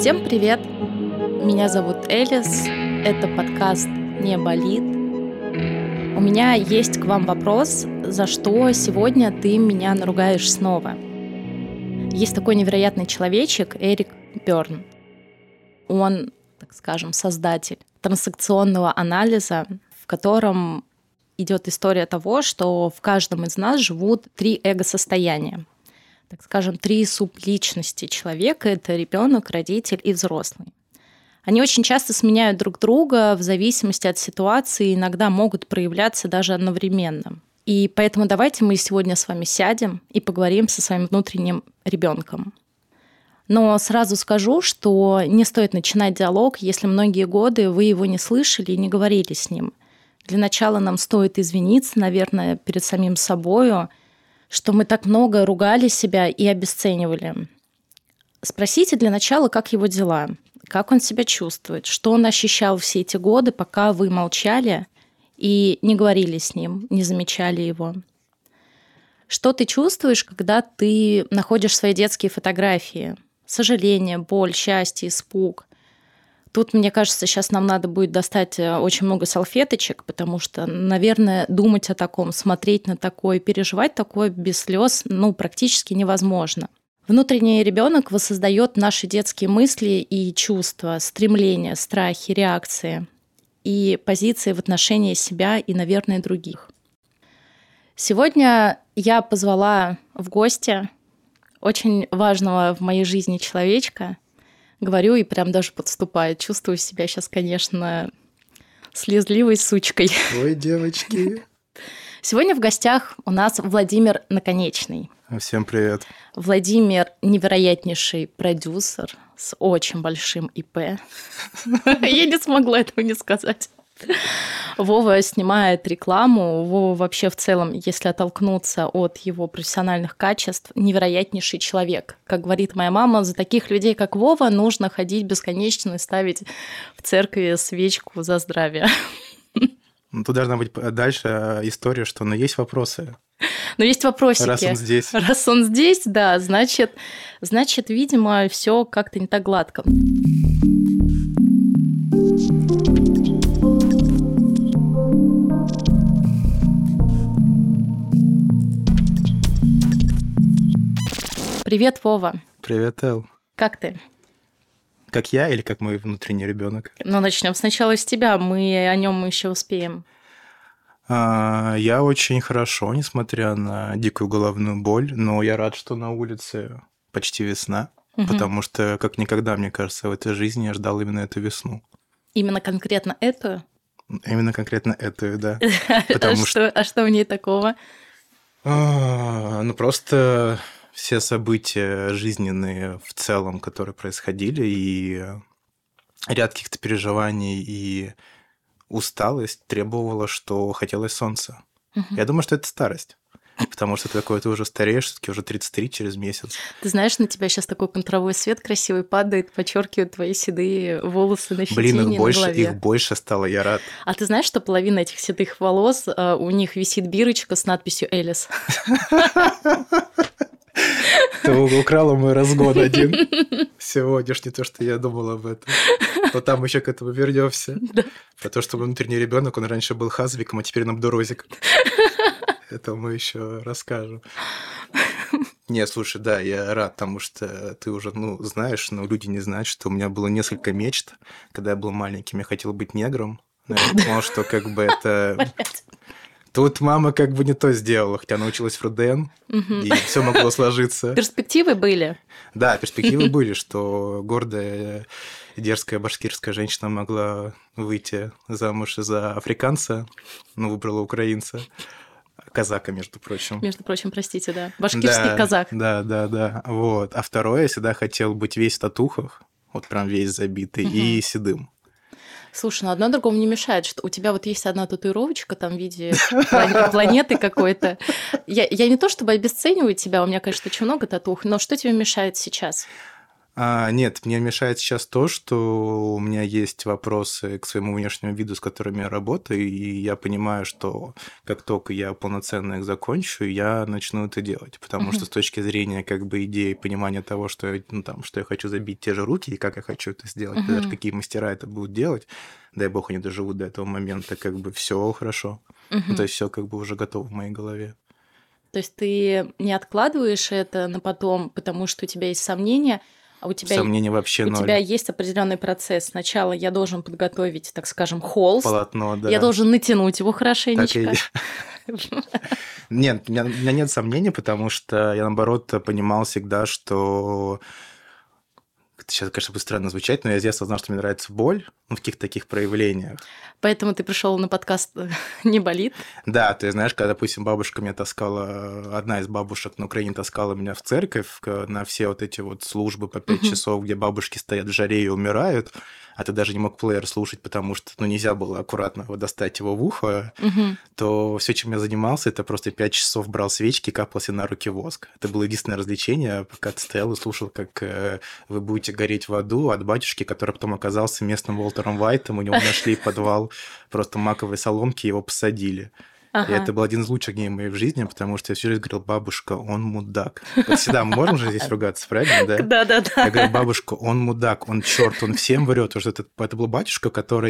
Всем привет! Меня зовут Элис, это подкаст «Не болит». У меня есть к вам вопрос, за что сегодня ты меня наругаешь снова. Есть такой невероятный человечек Эрик Берн. Он, так скажем, создатель трансакционного анализа, в котором идет история того, что в каждом из нас живут 3 эго-состояния. Так скажем, 3 субличности человека – это ребенок, родитель и взрослый. Они очень часто сменяют друг друга в зависимости от ситуации, иногда могут проявляться даже одновременно. И поэтому давайте мы сегодня с вами сядем и поговорим со своим внутренним ребенком. Но сразу скажу, что не стоит начинать диалог, если многие годы вы его не слышали и не говорили с ним. Для начала нам стоит извиниться, наверное, перед самим собою, что мы так много ругали себя и обесценивали. Спросите для начала, как его дела, как он себя чувствует, что он ощущал все эти годы, пока вы молчали и не говорили с ним, не замечали его. Что ты чувствуешь, когда ты находишь свои детские фотографии? Сожаление, боль, счастье, испуг. Тут, мне кажется, сейчас нам надо будет достать очень много салфеточек, потому что, наверное, думать о таком, смотреть на такое, переживать такое без слез, практически невозможно. Внутренний ребенок воссоздает наши детские мысли и чувства, стремления, страхи, реакции и позиции в отношении себя и, наверное, других. Сегодня я позвала в гости очень важного в моей жизни человечка. Говорю и прям даже подступает. Чувствую себя сейчас, конечно, слезливой сучкой. Ой, девочки. Сегодня в гостях у нас Владимир Наконечный. Всем привет. Владимир – невероятнейший продюсер с очень большим ИП. Я не смогла этого не сказать. Вова снимает рекламу. Вова вообще в целом, если оттолкнуться от его профессиональных качеств, невероятнейший человек. Как говорит моя мама, за таких людей, как Вова, нужно ходить бесконечно и ставить в церкви свечку за здравие. Тут должна быть дальше история, что есть вопросы. Но есть вопросики. Раз он здесь. Раз он здесь, да, значит, видимо, все как-то не так гладко. Привет, Вова. Привет, Эл. Как ты? Как я или как мой внутренний ребенок? Начнем сначала с тебя, мы о нем еще успеем. Я очень хорошо, несмотря на дикую головную боль, но я рад, что на улице почти весна, потому что как никогда, мне кажется, в этой жизни я ждал именно эту весну. Именно конкретно эту? Именно конкретно эту, да. А что в ней такого? Просто все события жизненные в целом, которые происходили, и ряд каких-то переживаний, и усталость требовала, что хотелось солнца. Я думаю, что это старость. Потому что ты уже стареешь, все-таки уже 33 через месяц. Ты знаешь, на тебя сейчас такой контровой свет красивый падает, подчеркивает твои седые волосы на щетине, на голове. Их больше стало, я рад. А ты знаешь, что половина этих седых волос, у них висит бирочка с надписью «Элис»? Ты украла мой разгон один сегодняшний, то, что я думал об этом. Но там еще к этому вернемся. Да. Про то, что внутренний ребенок, он раньше был Хазвиком, а теперь Набдурозик. Это мы еще расскажем. Не, слушай, да, я рад, потому что ты уже, знаешь, но люди не знают, что у меня было несколько мечт. Когда я был маленьким, я хотел быть негром. Но я думал, что это... Тут мама не то сделала, хотя научилась в РУДН, и все могло сложиться. Перспективы были? Да, перспективы были, что гордая и дерзкая башкирская женщина могла выйти замуж за африканца, выбрала украинца. Казака, между прочим. Между прочим, простите, да. Башкирский казак. Да. Вот. А второе, я всегда хотел быть весь в татухах, прям весь забитый, и седым. Слушай, одно другому не мешает, что у тебя есть одна татуировочка там в виде планеты какой-то. Я не то чтобы обесцениваю тебя, у меня, конечно, очень много татух, но что тебе мешает сейчас? Нет, мне мешает сейчас то, что у меня есть вопросы к своему внешнему виду, с которыми я работаю, и я понимаю, что как только я полноценно их закончу, я начну это делать. Потому что с точки зрения как бы идеи понимания того, что, что я хочу забить те же руки, и как я хочу это сделать, даже какие мастера это будут делать, дай бог они доживут до этого момента, как бы все хорошо. То есть все как бы уже готово в моей голове. То есть ты не откладываешь это на потом, потому что у тебя есть сомнения, а у тебя, Сомнений вообще ноль. У тебя есть определенный процесс. Сначала я должен подготовить, так скажем, холст. Полотно, да. Я должен натянуть его хорошенечко. Нет, у меня нет сомнений, потому что я, наоборот, понимал всегда, что... Сейчас, конечно, будет странно звучать, но я с детства знал, что мне нравится боль, в каких-то таких проявлениях. Поэтому ты пришел на подкаст «Не болит». Да, ты знаешь, когда, допустим, бабушка меня таскала, одна из бабушек на Украине таскала меня в церковь на все вот эти вот службы по 5 часов, где бабушки стоят в жаре и умирают, а ты даже не мог плеер слушать, потому что нельзя было аккуратно достать его в ухо, то все, чем я занимался, это просто 5 часов брал свечки и капал себе на руки воск. Это было единственное развлечение, пока ты стоял и слушал, как вы будете гореть в аду от батюшки, который потом оказался местным Уолтером Уайтом, у него нашли подвал просто маковой соломки, его посадили. И это был один из лучших дней моей жизни, потому что я все время говорил: бабушка, он мудак. Вот всегда мы можем же здесь ругаться, правильно, да? Да. Я говорю: бабушка, он мудак, он черт, он всем врет. Потому что это был батюшка,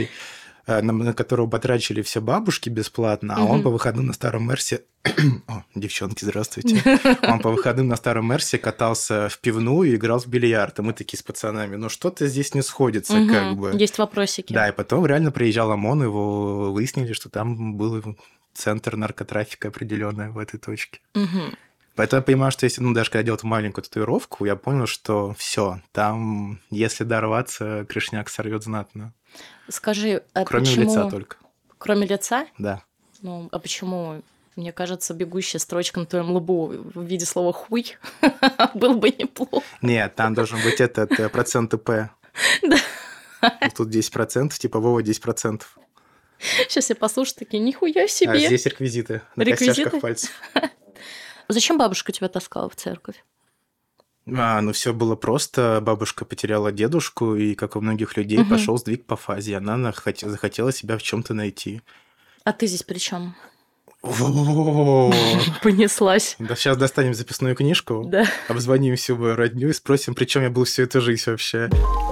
на которого потрачили все бабушки бесплатно, а он по выходным на старом Мерсе... О, девчонки, здравствуйте. Он по выходным на старом Мерсе катался в пивную и играл в бильярд. И мы такие с пацанами: что-то здесь не сходится, как бы. Есть вопросики. Да, и потом реально приезжал ОМОН, его выяснили, что там был центр наркотрафика определенный в этой точке. Поэтому я понимаю, что если, даже когда делать маленькую татуировку, я понял, что все, там, если дорваться, крышняк сорвет знатно. Скажи, кроме лица только. Кроме лица? Да. А почему? Мне кажется, бегущая строчка на твоем лбу в виде слова «хуй» было бы неплохо. Нет, там должен быть этот процент ИП. Да. Тут 10%, типа Вова 10%. Сейчас я послушаю, такие: нихуя себе. А здесь реквизиты на костяшках пальцев. Зачем бабушка тебя таскала в церковь? Все было просто. Бабушка потеряла дедушку, и, как у многих людей, пошел сдвиг по фазе. Она захотела себя в чем-то найти. А ты здесь при чем? Понеслась. Да, сейчас достанем записную книжку, да. Обзвоним всю мою родню и спросим, при чем я был всю эту жизнь вообще.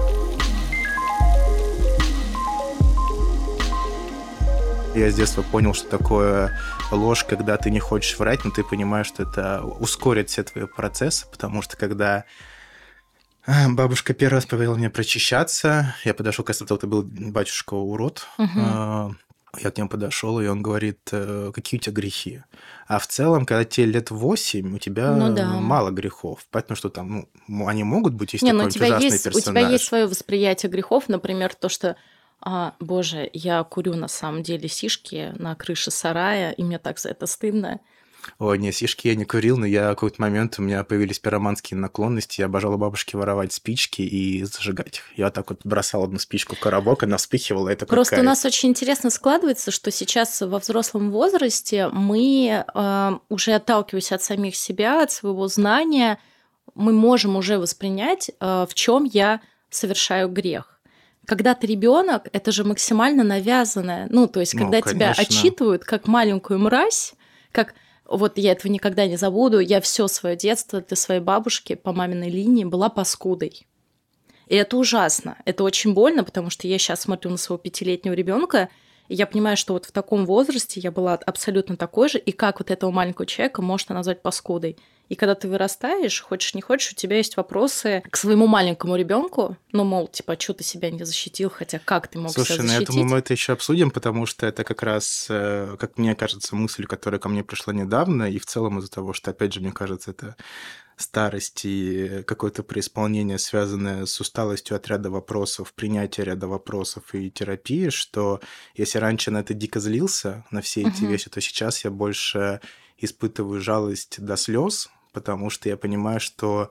Я с детства понял, что такое ложь, когда ты не хочешь врать, но ты понимаешь, что это ускорит все твои процессы, потому что когда бабушка первый раз повела мне прочищаться, я подошел, кажется, это был батюшка-урод, я к нему подошел, и он говорит: какие у тебя грехи? А в целом, когда тебе лет 8, у тебя мало грехов. Поэтому что там, они могут быть, если такой ужасный персонаж. У тебя есть свое восприятие грехов, например, то, что боже, я курю на самом деле сишки на крыше сарая, и мне так за это стыдно. Ой, не, сишки я не курил, но в какой-то момент у меня появились пироманские наклонности, я обожал у бабушки воровать спички и зажигать их. Я вот так вот бросал одну спичку в коробок, она вспыхивала, это как Просто кайф. У нас очень интересно складывается, что сейчас во взрослом возрасте мы, уже отталкиваясь от самих себя, от своего знания, мы можем уже воспринять, в чем я совершаю грех. Когда ты ребенок, это же максимально навязанное. То есть, когда тебя отчитывают как маленькую мразь, как вот я этого никогда не забуду, я все свое детство для своей бабушки по маминой линии была паскудой. И это ужасно. Это очень больно, потому что я сейчас смотрю на своего 5-летнего ребенка, и я понимаю, что вот в таком возрасте я была абсолютно такой же, и как вот этого маленького человека можно назвать паскудой. И когда ты вырастаешь, хочешь не хочешь, у тебя есть вопросы к своему маленькому ребенку, мол, типа, что ты себя не защитил, хотя как ты мог себя защитить? Слушай, я думаю, мы это еще обсудим, потому что это как раз, как мне кажется, мысль, которая ко мне пришла недавно, и в целом из-за того, что, опять же, мне кажется, это старость и какое-то преисполнение, связанное с усталостью от ряда вопросов, принятия ряда вопросов и терапии, что если раньше на это дико злился, на все эти вещи, то сейчас я больше испытываю жалость до слез, потому что я понимаю, что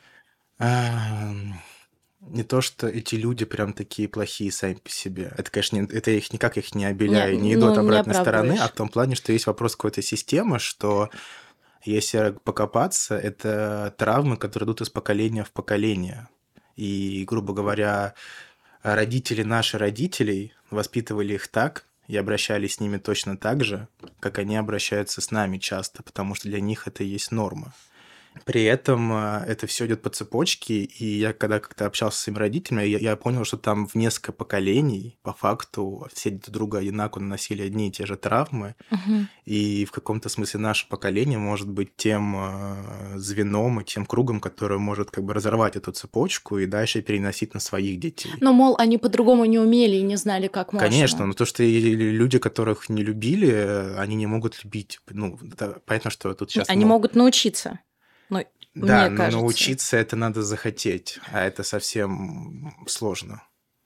не то, что эти люди прям такие плохие сами по себе. Это, конечно, это их никак их не обеляю, не идут обратной стороны, а в том плане, что есть вопрос какой-то системы, что если покопаться, это травмы, которые идут из поколения в поколение. И, грубо говоря, родители наших родителей воспитывали их так и обращались с ними точно так же, как они обращаются с нами часто, потому что для них это и есть норма. При этом это все идет по цепочке, и я когда как-то общался с своими родителями, я понял, что там в несколько поколений, по факту, все друг друга одинаково наносили одни и те же травмы, и в каком-то смысле наше поколение может быть тем звеном и тем кругом, которое может как бы разорвать эту цепочку и дальше переносить на своих детей. Но, мол, они по-другому не умели и не знали, как можно. Конечно, но то, что и люди, которых не любили, они не могут любить. Ну, понятно, что тут сейчас... Они могут научиться. Ну, да, мне но кажется. научиться это надо захотеть, а это совсем сложно.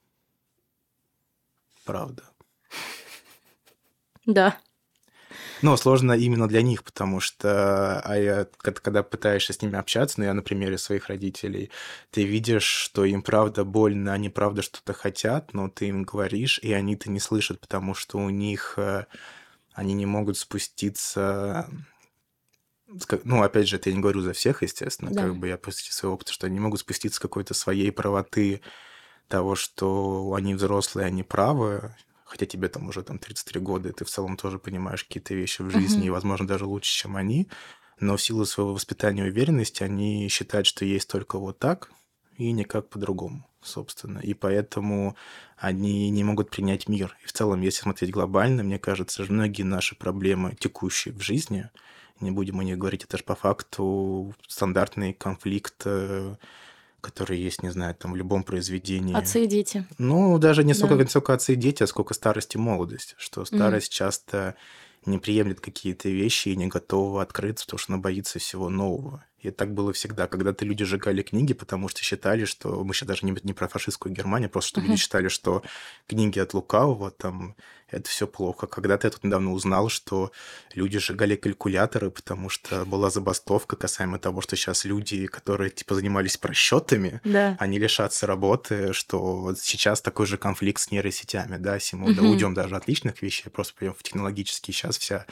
Правда. Да. Но сложно именно для них, потому что когда пытаешься с ними общаться, ну, я на примере своих родителей, ты видишь, что им правда больно, они правда что-то хотят, но ты им говоришь, и они-то не слышат, потому что у них они не могут спуститься... Ну, опять же, это я не говорю за всех, естественно, Да. как бы я после своего опыта, что они не могут спуститься с какой-то своей правоты того, что они взрослые, они правы, хотя тебе там уже 33 года, и ты в целом тоже понимаешь какие-то вещи в жизни, и, возможно, даже лучше, чем они, но в силу своего воспитания и уверенности они считают, что есть только вот так и никак по-другому, собственно. И поэтому они не могут принять мир. И в целом, если смотреть глобально, мне кажется, многие наши проблемы, текущие в жизни, не будем о них говорить, это же по факту стандартный конфликт, который есть, не знаю, там в любом произведении. Отцы и дети. Ну, даже не столько отцы и дети, а сколько старость и молодость. Что старость часто не приемлет какие-то вещи и не готова открыться, потому что она боится всего нового. И так было всегда. Когда-то люди сжигали книги, потому что считали, что... Мы сейчас даже не про фашистскую Германию, просто что люди считали, что книги от лукавого, там, это все плохо. Когда-то я тут недавно узнал, что люди сжигали калькуляторы, потому что была забастовка касаемо того, что сейчас люди, которые, типа, занимались просчетами, они лишатся работы, что вот сейчас такой же конфликт с нейросетями, да, если мы уйдем даже от личных вещей, просто пойдем в технологические, сейчас вся...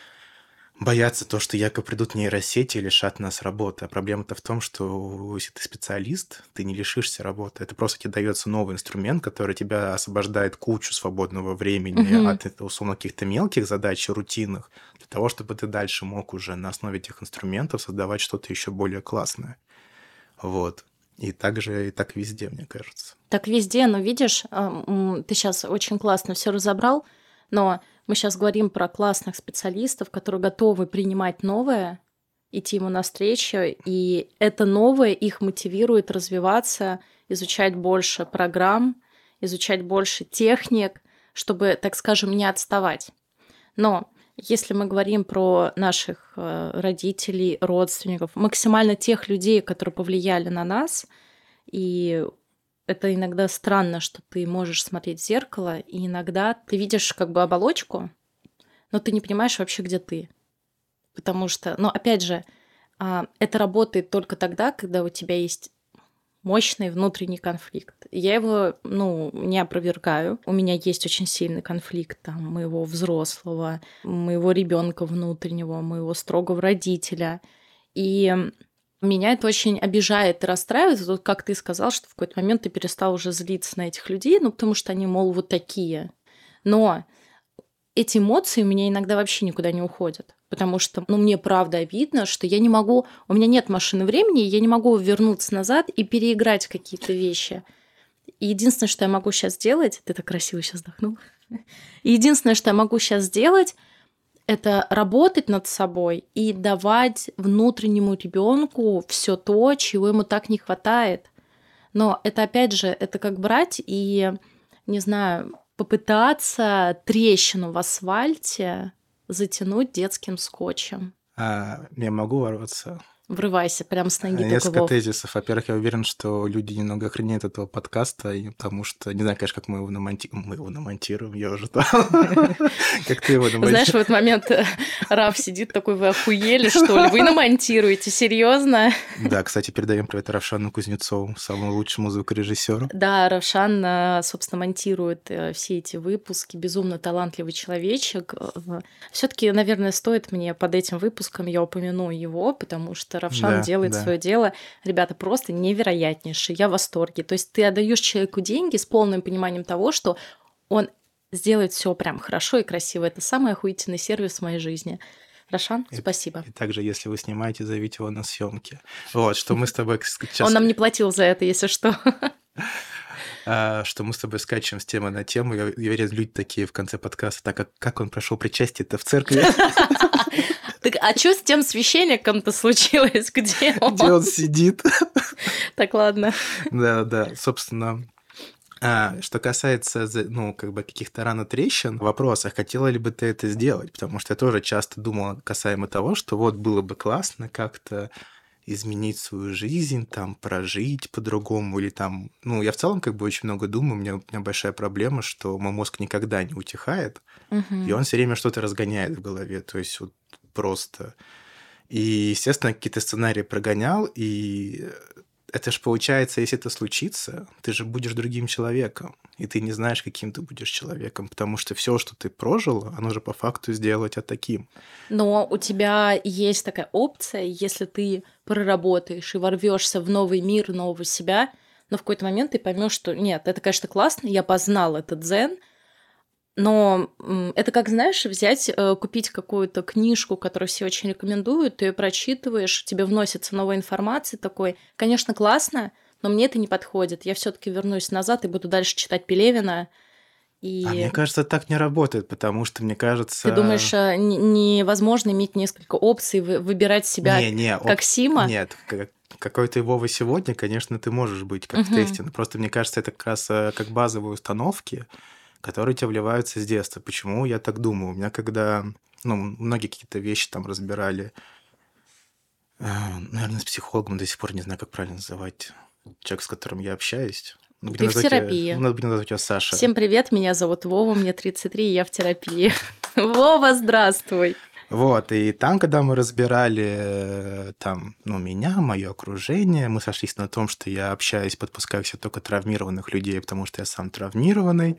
Боятся то, что якобы придут нейросети и лишат нас работы. А проблема-то в том, что если ты специалист, ты не лишишься работы. Это просто тебе дается новый инструмент, который тебя освобождает кучу свободного времени от, условно, каких-то мелких задач, рутинных, для того, чтобы ты дальше мог уже на основе этих инструментов создавать что-то еще более классное. Вот. И так везде, мне кажется. Так везде, но видишь, ты сейчас очень классно все разобрал, но мы сейчас говорим про классных специалистов, которые готовы принимать новое, идти ему навстречу, и это новое их мотивирует развиваться, изучать больше программ, изучать больше техник, чтобы, так скажем, не отставать. Но если мы говорим про наших родителей, родственников, максимально тех людей, которые повлияли на нас, и это иногда странно, что ты можешь смотреть в зеркало, и иногда ты видишь как бы оболочку, но ты не понимаешь вообще, где ты. Потому что, но опять же, это работает только тогда, когда у тебя есть мощный внутренний конфликт. Я его, не опровергаю. У меня есть очень сильный конфликт там, моего взрослого, моего ребенка внутреннего, моего строгого родителя. И меня это очень обижает и расстраивает. Вот как ты сказал, что в какой-то момент ты перестал уже злиться на этих людей, потому что они, мол, вот такие. Но эти эмоции у меня иногда вообще никуда не уходят. Потому что, мне правда обидно, что я не могу... У меня нет машины времени, я не могу вернуться назад и переиграть какие-то вещи. И единственное, что я могу сейчас сделать... Ты так красиво сейчас вздохнул. И единственное, что я могу сейчас сделать, это работать над собой и давать внутреннему ребенку все то, чего ему так не хватает. Но это, опять же, это как брать и, не знаю, попытаться трещину в асфальте затянуть детским скотчем. Я могу ворваться? Врывайся, прям с ноги. Несколько тезисов. Во-первых, я уверен, что люди немного охренеют этого подкаста, потому что, не знаю, конечно, как мы его намонтируем, я уже там. Как ты его намонтируешь? Знаешь, в этот момент Раф сидит такой, вы охуели, что ли? Вы намонтируете, серьезно? Да, кстати, передаем привет Равшану Кузнецову, самому лучшему звукорежиссеру. Да, Равшан, собственно, монтирует все эти выпуски, безумно талантливый человечек. Все-таки, наверное, стоит мне под этим выпуском, я упомяну его, потому что Равшан Да, делает да. свое дело. Ребята, просто невероятнейшие. Я в восторге. То есть ты отдаешь человеку деньги с полным пониманием того, что он сделает все прям хорошо и красиво. Это самый охуительный сервис в моей жизни. Равшан, спасибо. И также, если вы снимаете, зовите его на съемки. Вот, что мы с тобой сейчас... Он нам не платил за это, если что. Что мы с тобой скачем с темы на тему. Я уверен, люди такие в конце подкаста, так как он прошел причастие-то в церкви? Так, а что с тем священником-то случилось? Где он? Где он сидит? Так, ладно. Да, собственно... что касается, ну, как бы каких-то рано трещин в вопросах, хотела ли бы ты это сделать? Потому что я тоже часто думал касаемо того, что вот было бы классно как-то изменить свою жизнь, там, прожить по-другому, или там... Ну, я в целом как бы очень много думаю, у меня большая проблема, что мой мозг никогда не утихает, и он все время что-то разгоняет в голове, то есть вот просто... И, естественно, какие-то сценарии прогонял, и это же получается, если это случится, ты же будешь другим человеком, и ты не знаешь, каким ты будешь человеком, потому что все, что ты прожил, оно же по факту сделало тебя таким. Но у тебя есть такая опция, если ты проработаешь и ворвешься в новый мир, нового себя, но в какой-то момент ты поймешь, что нет, это, конечно, классно, я познал этот дзен, но это как, знаешь, взять, купить какую-то книжку, которую все очень рекомендуют, ты ее прочитываешь, тебе вносится новая информация, такой, конечно, классно, но мне это не подходит. Я все-таки вернусь назад и буду дальше читать Пелевина. И... А мне кажется, так не работает, потому что, мне кажется... Ты думаешь, невозможно иметь несколько опций, выбирать себя как Сима? Нет, какой ты Вова сегодня, конечно, ты можешь быть как в тесте, но просто, мне кажется, это как раз как базовые установки, которые тебе вливаются с детства. Почему я так думаю? У меня когда... Ну, многие какие-то вещи там разбирали, наверное, с психологом, до сих пор не знаю, как правильно называть человек, с которым я общаюсь. Ты в терапии. Надо назвать тебя Саша. Всем привет, меня зовут Вова, мне 33, и я в терапии. Вова, здравствуй! Вот, и там, когда мы разбирали там, ну, меня, мое окружение, мы сошлись на том, что я общаюсь, подпускаю к себе только травмированных людей, потому что я сам травмированный,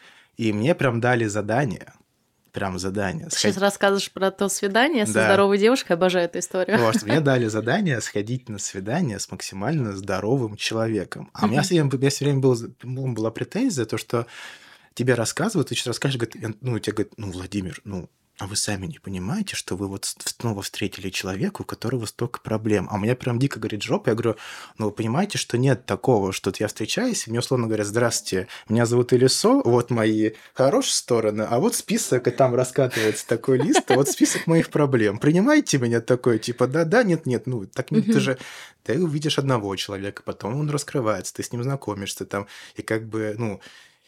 и мне прям дали задание. Прям задание. Ты сейчас рассказываешь про то свидание со здоровой девушкой, обожаю эту историю. Потому что мне дали задание сходить на свидание с максимально здоровым человеком. А у меня все время была претензия, то, что тебе рассказывают, ты что-то расскажешь, говорит, ну, тебе говорят, ну, Владимир, ну, а вы сами не понимаете, что вы вот снова встретили человека, у которого столько проблем. А у меня прям дико горит жопа. Я говорю, ну вы понимаете, что нет такого, что вот я встречаюсь, и мне условно говорят, здравствуйте, меня зовут Илисо, вот мои хорошие стороны, а вот список, и там раскатывается такой лист, вот список моих проблем. Принимаете меня такой, типа, да, нет, ну, так ты же... Ты увидишь одного человека, потом он раскрывается, ты с ним знакомишься там, и как бы, ну...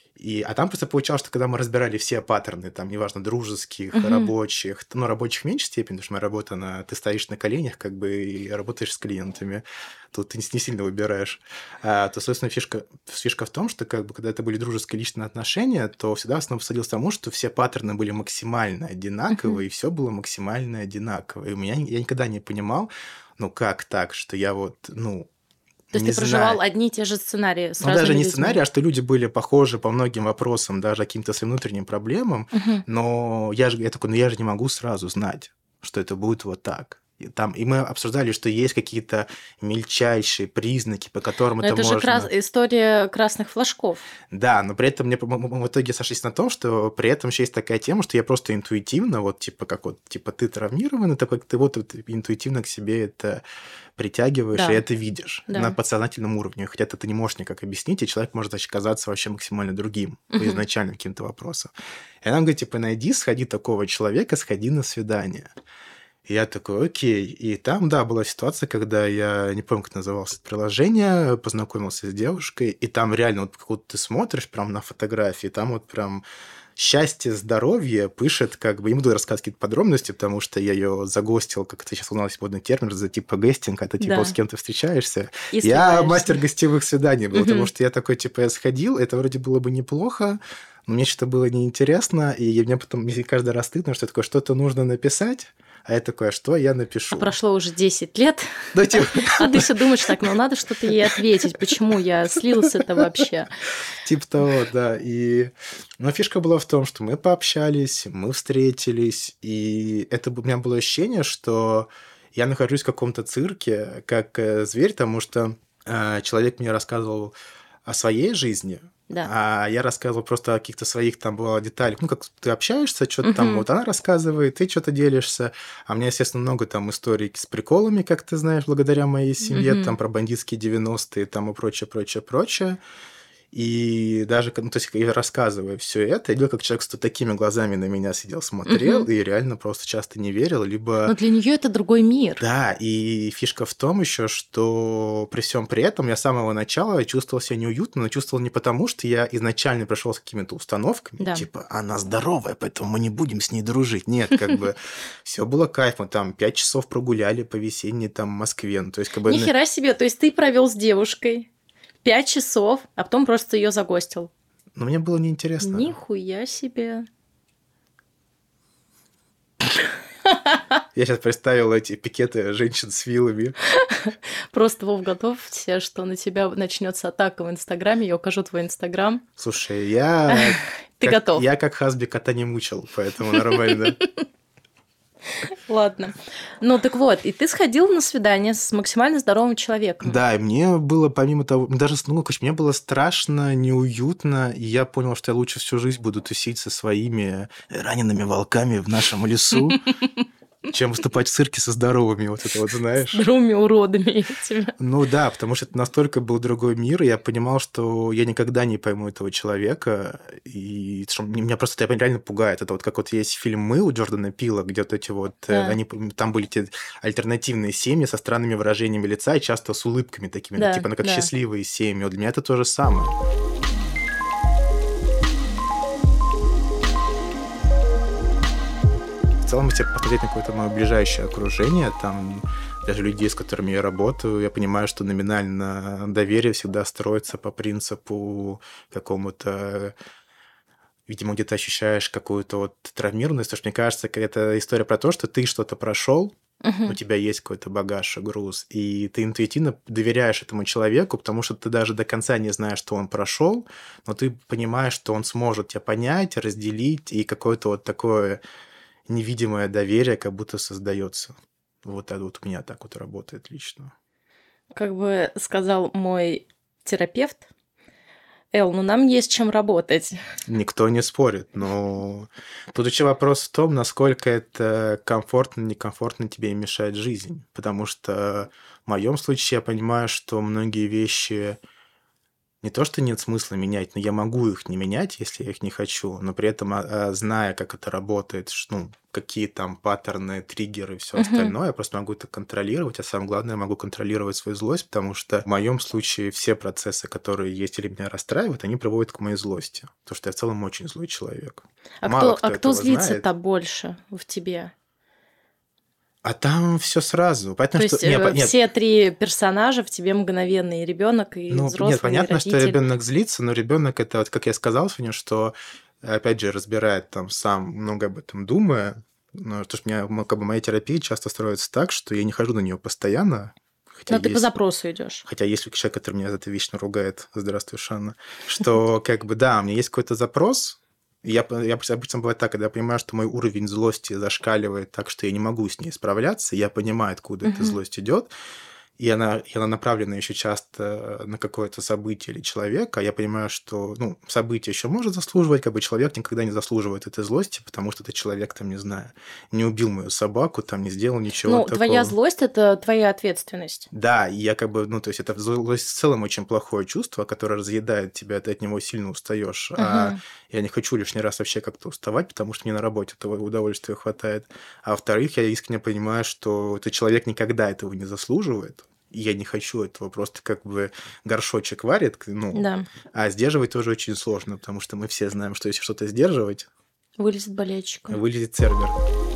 А там просто получалось, что когда мы разбирали все паттерны, там, неважно, дружеских, рабочих, ну, рабочих в меньшей степени, потому что моя работа, ты стоишь на коленях, как бы, и работаешь с клиентами, тут ты не сильно выбираешь. То, собственно, фишка в том, что, как бы, когда это были дружеские личные отношения, то всегда в основном сводилось к тому, что все паттерны были максимально одинаковые, и все было максимально одинаково. И я никогда не понимал, ну, как так, что я вот, ну... То есть ты проживал одни и те же сценарии с разными даже не людьми. сценарий, а что люди были похожи по многим вопросам, даже каким-то своим внутренним проблемам, но я такой, я же не могу сразу знать, что это будет вот так. И мы обсуждали, что есть какие-то мельчайшие признаки, по которым это можно... Это же история красных флажков. Да, но при этом мы в итоге сошлись на том, что при этом еще есть такая тема, что я просто интуитивно, вот типа как вот, типа ты травмированный, такой ты вот интуитивно к себе это притягиваешь, и это видишь на подсознательном уровне. Хотя ты не можешь никак объяснить, и человек может оказаться вообще максимально другим по изначальным каким-то вопросам. И она говорит, типа, сходи такого человека, сходи на свидание. И я такой, окей. И там, да, была ситуация, когда я, не помню, как называлось это приложение, познакомился с девушкой, и там реально, вот как вот ты смотришь прям на фотографии, там вот прям счастье, здоровье пишет, как бы, не буду рассказывать какие-то подробности, потому что я ее загостил, как это сейчас узнал модный термин, за типа гестинг, это типа вот с кем ты встречаешься. Я мастер гостевых свиданий был, потому что я такой, типа, я сходил, это вроде было бы неплохо, но мне что-то было неинтересно, и мне потом каждый раз стыдно, что такое, что-то нужно написать, а я такой, что я напишу? А прошло уже 10 лет, а ты все думаешь так, ну надо что-то ей ответить, почему я слился-то вообще? Типа того, да. Но фишка была в том, что мы пообщались, мы встретились, и у меня было ощущение, что Я нахожусь в каком-то цирке, как зверь, потому что человек мне рассказывал о своей жизни, Да. а я рассказывал просто о каких-то своих там деталях. Ну, как ты общаешься, что-то там вот она рассказывает, ты что-то делишься. А у меня, естественно, много там историй с приколами, как ты знаешь, благодаря моей семье, там про бандитские 90-е там и прочее, прочее, прочее. И даже, ну, то есть, я рассказываю все это, я видел, как человек с такими глазами на меня сидел, смотрел, и реально просто часто не верил, либо... Но для нее это другой мир. Да, и фишка в том еще, что при всем при этом я с самого начала чувствовал себя неуютно, но чувствовал не потому, что я изначально пришел с какими-то установками, Да. типа, она здоровая, поэтому мы не будем с ней дружить. Нет, как бы все было кайф, мы там 5 часов прогуляли по весенней там Москве. Ну, то есть, как бы... Ни хера себе, то есть ты провел с девушкой 5 часов, а потом просто ее загостил. Но мне было неинтересно. Нихуя себе. Я сейчас представил эти пикеты женщин с вилами. Просто, Вов, готовься, что на тебя начнется атака в Инстаграме. Я укажу твой Инстаграм. Слушай, я... Ты готов. Я как Хасби кота не мучил, поэтому нормально. Ладно. Ну, так вот, и ты сходил на свидание с максимально здоровым человеком. Да, и мне было, помимо того, даже, ну, короче, мне было страшно, неуютно, и я понял, что я лучше всю жизнь буду тусить со своими ранеными волками в нашем лесу, чем выступать в цирке со здоровыми, вот это вот, знаешь. Здоровыми уродами этими. Ну да, потому что это настолько был другой мир, и я понимал, что я никогда не пойму этого человека, и что меня просто это реально пугает. Это вот как вот есть фильм «Мы» у Джордана Пила, где вот эти вот, Да. они, там были те альтернативные семьи со странными выражениями лица и часто с улыбками такими, Да, типа, ну, как да. счастливые семьи. Вот для меня это то же самое. В целом, если посмотреть на какое-то мое ближайшее окружение, там даже людей, с которыми я работаю, я понимаю, что номинально доверие всегда строится по принципу какому-то, видимо, где-то ощущаешь какую-то вот травмированность, потому что мне кажется, это история про то, что ты что-то прошел, у тебя есть какой-то багаж и груз, и ты интуитивно доверяешь этому человеку, потому что ты даже до конца не знаешь, что он прошел, но ты понимаешь, что он сможет тебя понять, разделить, и какое-то вот такое невидимое доверие как будто создается. Вот это вот у меня так вот работает лично. Как бы сказал мой терапевт, Эл, ну нам есть чем работать. Никто не спорит, но тут еще вопрос в том, насколько это комфортно, некомфортно тебе мешает жизнь. Потому что в моем случае я понимаю, что многие вещи не то, что нет смысла менять, но я могу их не менять, если я их не хочу, но при этом, зная, как это работает, ну, какие там паттерны, триггеры и все остальное, я просто могу это контролировать, а самое главное, я могу контролировать свою злость, потому что в моем случае все процессы, которые есть или меня расстраивают, они приводят к моей злости, потому что я в целом очень злой человек. А Мало кто этого злится-то знает. больше в тебе? А там все сразу. То Поэтому, есть что... Нет, все три персонажа в тебе мгновенные: ребенок и ну, взрослый, нет, понятно, и что родитель. ребенок злится, но ребенок это, вот как я сказал сегодня, что опять же разбирает там сам, много об этом думая, но то, что как бы моя терапия часто строится так, что я не хожу на нее постоянно. Но ты по запросу идешь. Хотя есть человек, который меня за это вечно ругает, здравствуй, Шанна, что как бы да, у меня есть какой-то запрос. Я обычно бывает так, когда я понимаю, что мой уровень злости зашкаливает так, что я не могу с ней справляться, я понимаю, откуда эта злость идет, и она направлена еще часто на какое-то событие или человека, а я понимаю, что событие еще может заслуживать, как бы человек никогда не заслуживает этой злости, потому что этот человек, там, не знаю, не убил мою собаку, там, не сделал ничего такого. Твоя злость – это твоя ответственность. Да, и я как бы, то есть это злость в целом очень плохое чувство, которое разъедает тебя, ты от него сильно устаешь. А я не хочу лишний раз вообще как-то уставать, потому что мне на работе этого удовольствия хватает. А во-вторых, я искренне понимаю, что этот человек никогда этого не заслуживает. И я не хочу этого, просто как бы горшочек варит, Да. А сдерживать тоже очень сложно, потому что мы все знаем, что если что-то сдерживать, Вылезет болельщик. вылезет Цербер.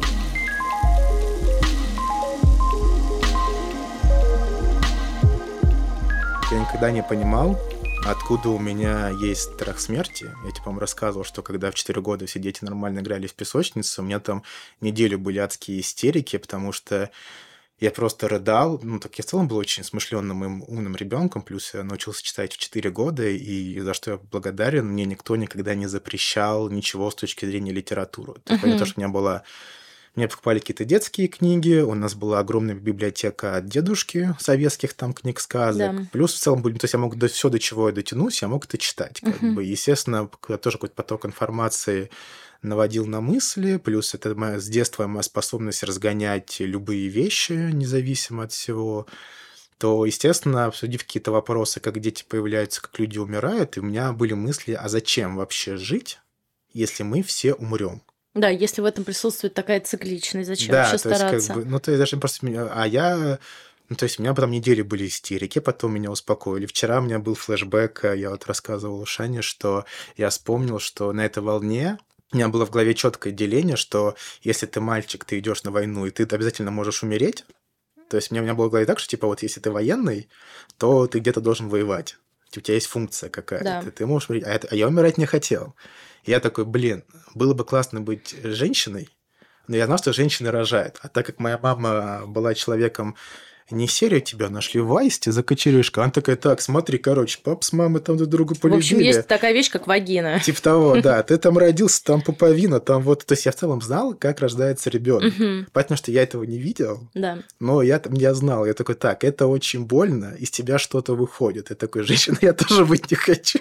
Я никогда не понимал, откуда у меня есть страх смерти. Я тебе, по-моему, рассказывал, что когда в 4 года все дети нормально играли в песочнице, у меня там неделю были адские истерики, потому что я просто рыдал. Так я в целом был очень смышленным и умным ребенком, плюс я научился читать в 4 года, и за что я благодарен, мне никто никогда не запрещал ничего с точки зрения литературы. То есть, понятно, что у меня была Мне покупали какие-то детские книги, у нас была огромная библиотека от дедушки советских там книг, сказок. Да. Плюс в целом, то есть я мог все, до чего я дотянусь, я мог это читать. Как бы. Естественно, тоже какой-то поток информации наводил на мысли, плюс это с детства моя способность разгонять любые вещи, независимо от всего, то, естественно, обсудив какие-то вопросы, как дети появляются, как люди умирают, и у меня были мысли, а зачем вообще жить, если мы все умрем? Да, если в этом присутствует такая цикличность, зачем Да, вообще то есть, стараться? как бы, то есть даже просто то есть у меня потом недели были истерики, потом меня успокоили. Вчера у меня был флешбэк, я вот рассказывал Шане, что я вспомнил, что на этой волне у меня было в голове четкое деление, что если ты мальчик, ты идешь на войну, и ты обязательно можешь умереть. То есть у меня было в голове так, что типа вот если ты военный, то ты где-то должен воевать. У тебя есть функция какая-то, Да. ты можешь умереть. А я умирать не хотел. И я такой, было бы классно быть женщиной, но я знал, что женщины рожают. А так как моя мама была человеком не серию тебя нашли в Аисте за кочерышку, она такая, так, смотри, короче, пап с мамой там друг друга полюбили. В общем, есть такая вещь, как вагина. Типа того, да. Ты там родился, там пуповина, там вот... То есть я в целом знал, как рождается ребенок. Потому что я этого не видел, Да. но я знал. Я такой, так, это очень больно, из тебя что-то выходит. Я такой, женщина, я тоже быть не хочу.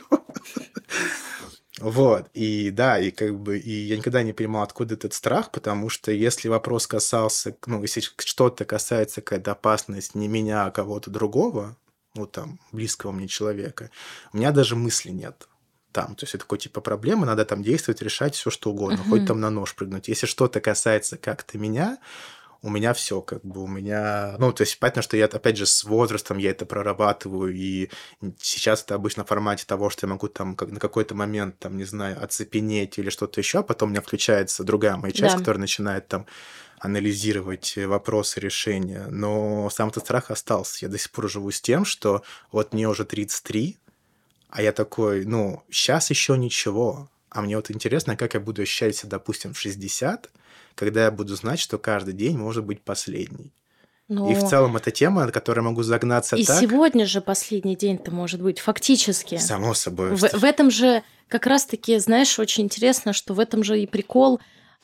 Вот, и да, и как бы, и я никогда не понимал, откуда этот страх, потому что если вопрос касался, если что-то касается какая-то опасность не меня, а кого-то другого, там, близкого мне человека, у меня даже мысли нет там, то есть это такой типа проблемы, надо там действовать, решать все что угодно, хоть там на нож прыгнуть. Если что-то касается как-то меня, у меня все, как бы у меня... то есть понятно, что я, опять же, с возрастом я это прорабатываю, и сейчас это обычно в формате того, что я могу там на какой-то момент, там, не знаю, оцепенеть или что-то еще, а потом у меня включается другая моя часть, которая начинает там анализировать вопросы, решения. Но сам этот страх остался. Я до сих пор живу с тем, что вот мне уже 33, а я такой, сейчас еще ничего. А мне вот интересно, как я буду ощущать себя, допустим, в 60, когда я буду знать, что каждый день может быть последний. И в целом это тема, на которой могу загнаться и так. И сегодня же последний день-то может быть, фактически. Само собой. В этом же как раз-таки, знаешь, очень интересно, что в этом же и прикол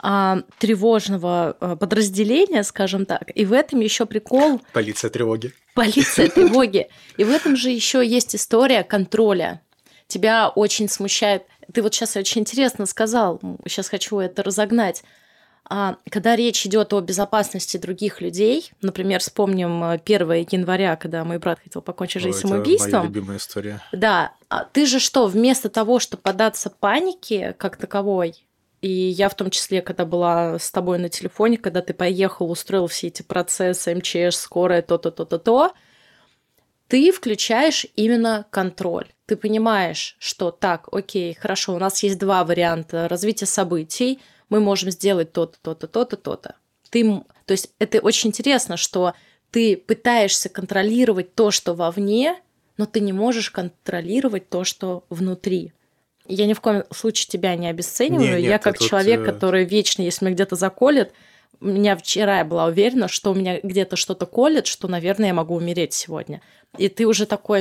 тревожного подразделения, скажем так, и в этом еще прикол... Полиция тревоги. Полиция тревоги. И в этом же еще есть история контроля. Тебя очень смущает... Ты вот сейчас очень интересно сказал, сейчас хочу это разогнать. Когда речь идет о безопасности других людей, например, вспомним 1 января, когда мой брат хотел покончить жизнь самоубийством. Это моя любимая история. Да. Ты же что, вместо того, чтобы поддаться панике как таковой, и я в том числе, когда была с тобой на телефоне, когда ты поехал, устроил все эти процессы, МЧС, скорая, то-то, ты включаешь именно контроль. Ты понимаешь, что так, окей, хорошо, у нас есть 2 варианта развития событий, мы можем сделать то-то, то-то, то-то, то-то. То есть это очень интересно, что ты пытаешься контролировать то, что вовне, но ты не можешь контролировать то, что внутри. Я ни в коем случае тебя не обесцениваю. Я как человек, который вечно, если меня где-то заколет, вчера я была уверена, что у меня где-то что-то колет, что, наверное, я могу умереть сегодня. И ты уже такой,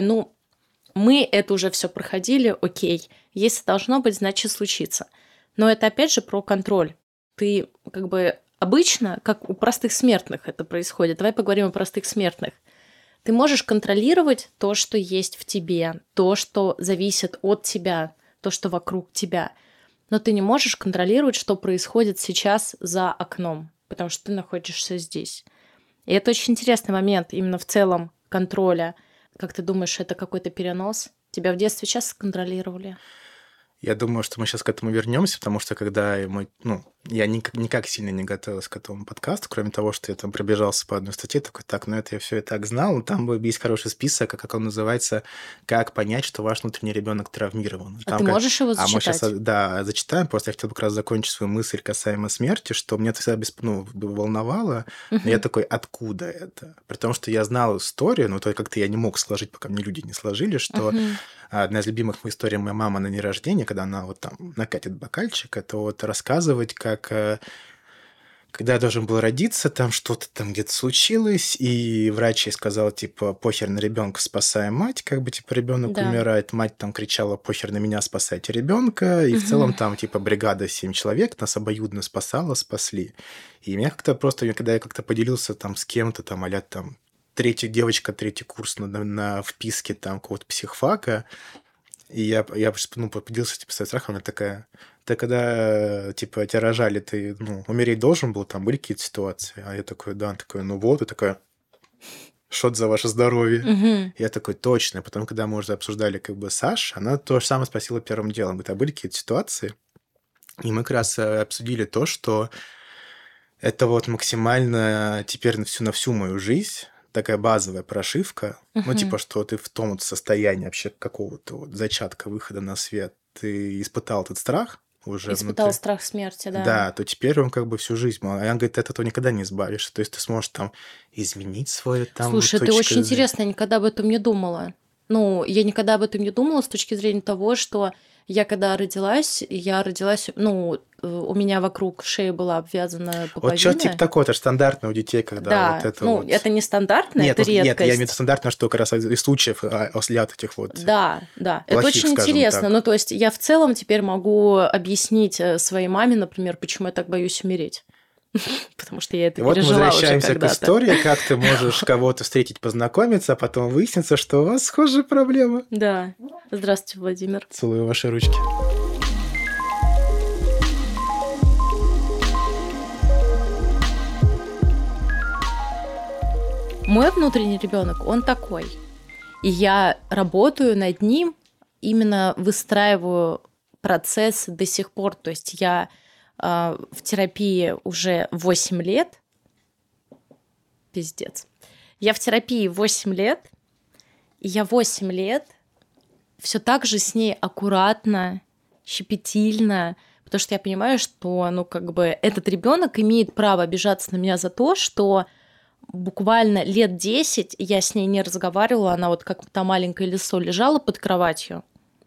мы это уже все проходили, окей. Если должно быть, значит случится. Но это опять же про контроль. Ты как бы обычно, как у простых смертных это происходит, давай поговорим о простых смертных. Ты можешь контролировать то, что есть в тебе, то, что зависит от тебя, то, что вокруг тебя. Но ты не можешь контролировать, что происходит сейчас за окном, потому что ты находишься здесь. И это очень интересный момент именно в целом контроля. Как ты думаешь, это какой-то перенос? Тебя в детстве часто контролировали? Я думаю, что мы сейчас к этому вернемся, потому что когда я никак сильно не готовился к этому подкасту, кроме того, что я там пробежался по одной статье, такой, это я все и так знал. Там есть хороший список, как он называется, как понять, что ваш внутренний ребенок травмирован. Ты можешь его зачитать? Мы сейчас, зачитаем. Просто я хотел как раз закончить свою мысль касаемо смерти, что меня это всегда волновало. Но я такой, откуда это? При том, что я знал историю, но то как-то я не мог сложить, пока мне люди не сложили, что одна из любимых моих историй моя мама на день рождения, когда она вот там накатит бокальчик, это вот рассказывать, как когда я должен был родиться, там что-то там где-то случилось, и врач ей сказал, типа, похер на ребенка, спасай мать, как бы, типа, ребенок умирает. Мать там кричала, похер на меня, спасайте ребенка. И в целом там, типа, бригада 7 человек нас обоюдно спасала, спасли. И меня как-то просто, когда я как-то поделился там с кем-то, там, а-ля там, девочка, третий курс на вписке там какого-то психфака, и я поделился, типа, своим страхом, она такая... Ты когда, типа, тебя рожали, ты, умереть должен был, там были какие-то ситуации? А я такой, да, она такая, ну вот, и такая, шот за ваше здоровье. Я такой, точно. Потом, когда мы уже обсуждали, как бы, Саш, она то же самое спросила первым делом. Говорит, а были какие-то ситуации? И мы как раз обсудили то, что это вот максимально теперь на всю мою жизнь такая базовая прошивка. Ну, типа, что ты в том вот состоянии вообще какого-то вот зачатка выхода на свет, ты испытал этот страх, уже испытал внутри. страх смерти, да. Да, то теперь он как бы всю жизнь. А она говорит, ты от этого никогда не избавишься. То есть ты сможешь там изменить свое там... Слушай, это очень интересно, я никогда об этом не думала. Я никогда об этом не думала с точки зрения того, что я когда родилась, у меня вокруг шеи была обвязана пуповина. Вот что типа такое, это же стандартно у детей, когда да, вот это вот... это не стандартно, это редкость. Нет, я имею в виду стандартно, что как раз из случаев от этих вот... Да, плохих, это очень интересно. Так. То есть я в целом теперь могу объяснить своей маме, например, почему я так боюсь умереть. Потому что я это пережила уже когда-то. Вот мы возвращаемся к истории, как ты можешь кого-то встретить, познакомиться, а потом выяснится, что у вас схожие проблемы. Да. Здравствуйте, Владимир. Целую ваши ручки. Мой внутренний ребенок, он такой. И я работаю над ним, именно выстраиваю процесс до сих пор. То есть я в терапии уже 8 лет. Пиздец. Я в терапии 8 лет, и я 8 лет все так же с ней аккуратно, щепетильно, потому что я понимаю, что, этот ребенок имеет право обижаться на меня за то, что буквально лет 10 я с ней не разговаривала, она вот как та маленькое лицо лежала под кроватью,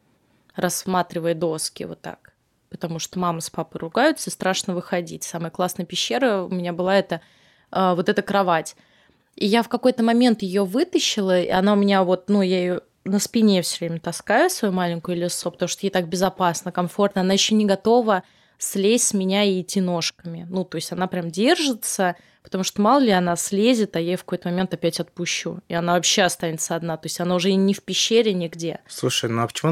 рассматривая доски вот так. Потому что мама с папой ругаются, и страшно выходить. Самая классная пещера у меня была вот эта кровать. И я в какой-то момент ее вытащила, и она у меня я ее на спине все время таскаю, свою маленькую лису, потому что ей так безопасно, комфортно. Она еще не готова слезть с меня и идти ножками. То есть она прям держится, потому что мало ли она слезет, а я ее в какой-то момент опять отпущу. И она вообще останется одна. То есть она уже не в пещере нигде. Слушай, а почему...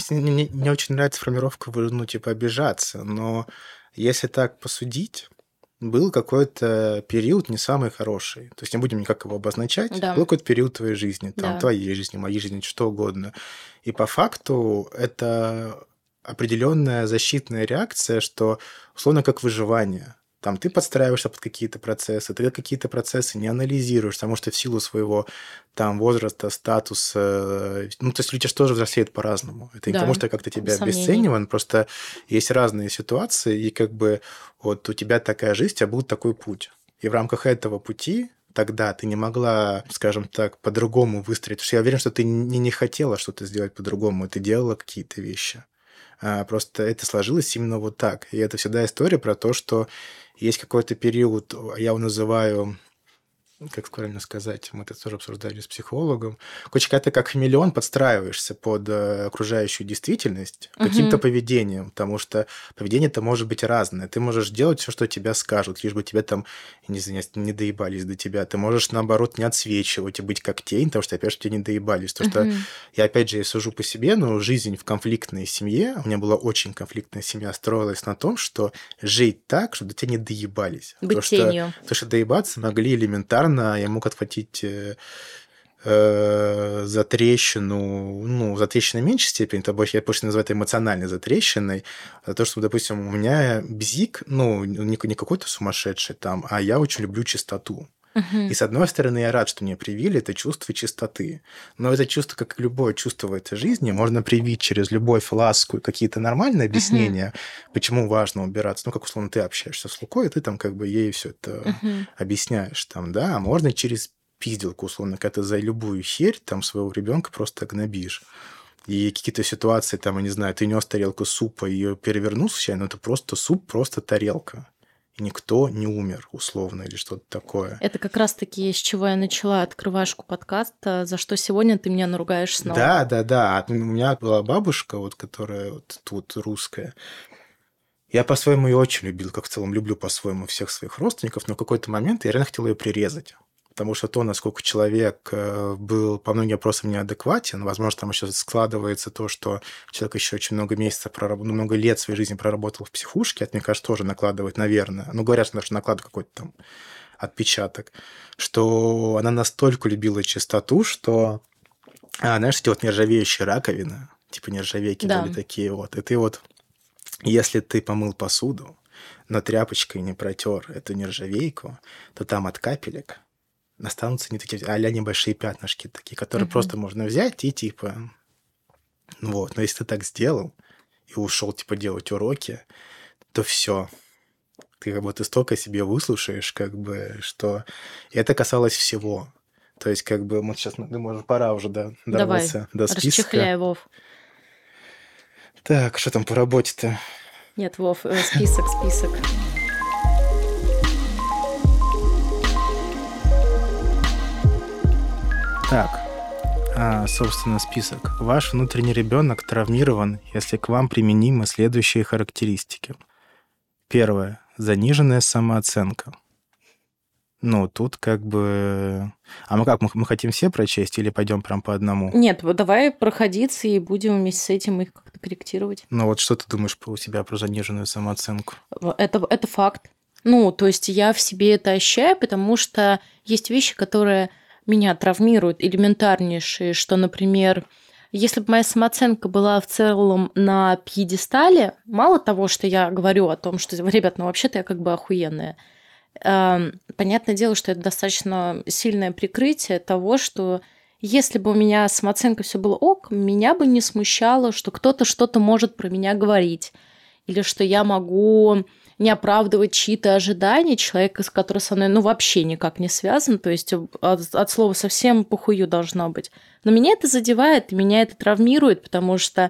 Мне очень нравится формировка, обижаться. Но если так посудить, был какой-то период не самый хороший. То есть не будем никак его обозначать. Да. Был какой-то период твоей жизни, твоей жизни, моей жизни, что угодно. И по факту это определенная защитная реакция, что условно как выживание. Там ты подстраиваешься под какие-то процессы, ты какие-то процессы не анализируешь, потому что в силу своего там возраста, статуса, то есть люди же тоже взрослеют по-разному. Это не потому, что как-то тебя обесцениван, просто есть разные ситуации, и как бы вот у тебя такая жизнь, у тебя был такой путь. И в рамках этого пути тогда ты не могла, скажем так, по-другому выстроить. Потому что я уверен, что ты не хотела что-то сделать по-другому, ты делала какие-то вещи. Просто это сложилось именно вот так. И это всегда история про то, что есть какой-то период, я его называю, как правильно сказать, мы это тоже обсуждали с психологом. Короче, когда ты как хамелеон подстраиваешься под окружающую действительность каким-то поведением, потому что поведение-то может быть разное. Ты можешь делать все, что тебе скажут, лишь бы тебе там, не доебались до тебя. Ты можешь, наоборот, не отсвечивать и быть как тень, потому что, опять же, тебе не доебались. Потому что я, опять же, сужу по себе, но жизнь в конфликтной семье, у меня была очень конфликтная семья, строилась на том, что жить так, чтобы до тебя не доебались. Быть тенью. Потому что доебаться могли элементарно, я мог отхватить затрещину, затрещину в меньшей степени, я больше называю это эмоциональной затрещиной, за то, что, допустим, у меня бзик, не какой-то сумасшедший там, а я очень люблю чистоту. И, с одной стороны, я рад, что мне привили это чувство чистоты. Но это чувство, как и любое чувство в этой жизни, можно привить через любовь, ласку и какие-то нормальные объяснения, почему важно убираться. Как, условно, ты общаешься с Лукой, и ты там как бы ей все это объясняешь. Там, да? А можно через пизделку, условно, когда ты за любую херь там своего ребенка просто гнобишь. И какие-то ситуации, там, я не знаю, ты нес тарелку супа, ее перевернул случайно, это просто суп, просто тарелка. и никто не умер, условно, или что-то такое. Это как раз-таки с чего я начала открывашку подкаста, за что сегодня ты меня наругаешь снова. Да. У меня была бабушка, вот, которая вот тут русская. Я по-своему ее очень любил, как в целом люблю по-своему всех своих родственников, но в какой-то момент я реально хотел ее прирезать. Потому что то, насколько человек был по многим вопросам неадекватен, возможно, там еще складывается то, что человек еще очень много месяцев, много лет своей жизни проработал в психушке, это, мне кажется, тоже накладывает, наверное. Ну, говорят, что накладывает какой-то там отпечаток, что она настолько любила чистоту, что, знаешь, эти вот нержавеющие раковины, типа нержавейки были такие вот, и ты вот, если ты помыл посуду, но тряпочкой не протер эту нержавейку, то там от капелек останутся не такие а-ля небольшие пятнышки такие, которые просто можно взять и типа... Вот. Но если ты так сделал и ушел типа делать уроки, то все. Ты как бы ты столько себе выслушаешь, как бы, что... И это касалось всего. То есть как бы... Вот сейчас, думаю, пора уже дорваться до списка. Расчехляй, Вов. Так, что там по работе-то? Нет, Вов, список. Так, собственно, список. Ваш внутренний ребенок травмирован, если к вам применимы следующие характеристики. Первое. Заниженная самооценка. Ну, тут как бы... А мы хотим все прочесть или пойдем прям по одному? Нет, вот давай проходиться и будем вместе с этим их как-то корректировать. Ну, вот что ты думаешь у себя про заниженную самооценку? Это факт. Ну, то есть я в себе это ощущаю, потому что есть вещи, которые меня травмируют, элементарнейшие, что, например, если бы моя самооценка была в целом на пьедестале, мало того, что я говорю о том, что, ребят, ну вообще-то я как бы охуенная, понятное дело, что это достаточно сильное прикрытие того, что если бы у меня самооценка все было ок, меня бы не смущало, что кто-то что-то может про меня говорить, или что я могу не оправдывать чьи-то ожидания человека, который со мной вообще никак не связан, то есть от слова совсем похую должно быть. Но меня это задевает, и меня это травмирует, потому что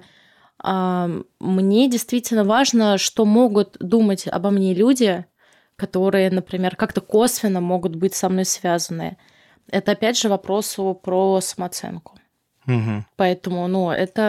мне действительно важно, что могут думать обо мне люди, которые, например, как-то косвенно могут быть со мной связаны. Это, опять же, вопросу про самооценку. Угу. Поэтому,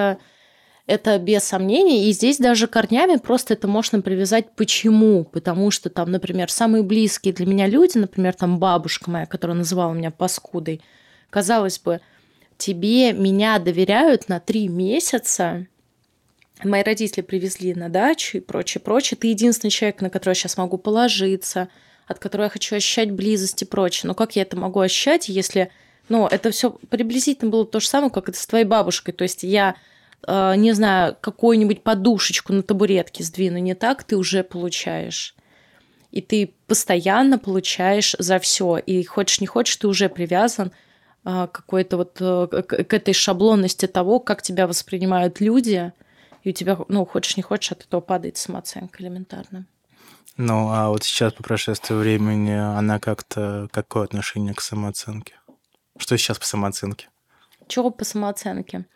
это без сомнений. И здесь даже корнями просто это можно привязать. Почему? Потому что там, например, самые близкие для меня люди, например, там бабушка моя, которая называла меня паскудой, казалось бы, тебе меня доверяют на 3 месяца, мои родители привезли на дачу и прочее. Ты единственный человек, на которого я сейчас могу положиться, от которого я хочу ощущать близость и прочее. Но как я это могу ощущать, если... это все приблизительно было то же самое, как это с твоей бабушкой. То есть я... не знаю, какую-нибудь подушечку на табуретке сдвину не так, ты уже получаешь. И ты постоянно получаешь за все. И хочешь не хочешь, ты уже привязан какой-то вот к этой шаблонности того, как тебя воспринимают люди. И у тебя, хочешь не хочешь, от этого падает самооценка элементарно. Ну, а вот сейчас, по прошествии времени, она как-то... Какое отношение к самооценке? Что сейчас по самооценке? Чего по самооценке?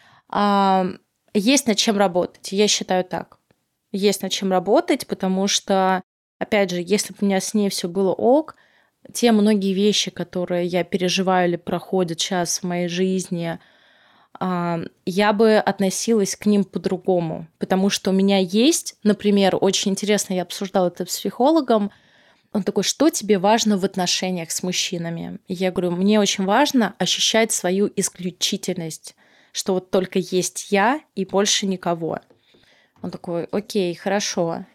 Есть над чем работать, я считаю так. Есть над чем работать, потому что, опять же, если бы у меня с ней все было ок, те многие вещи, которые я переживаю или проходят сейчас в моей жизни, я бы относилась к ним по-другому. Потому что у меня есть, например, очень интересно, я обсуждала это с психологом, он такой, что тебе важно в отношениях с мужчинами? И я говорю, мне очень важно ощущать свою исключительность, что вот только есть я и больше никого. Он такой, окей, хорошо.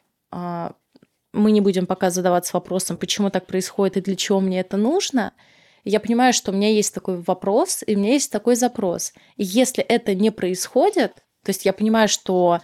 Мы не будем пока задаваться вопросом, почему так происходит и для чего мне это нужно. Я понимаю, что у меня есть такой вопрос, и у меня есть такой запрос. И если это не происходит, то есть я понимаю, что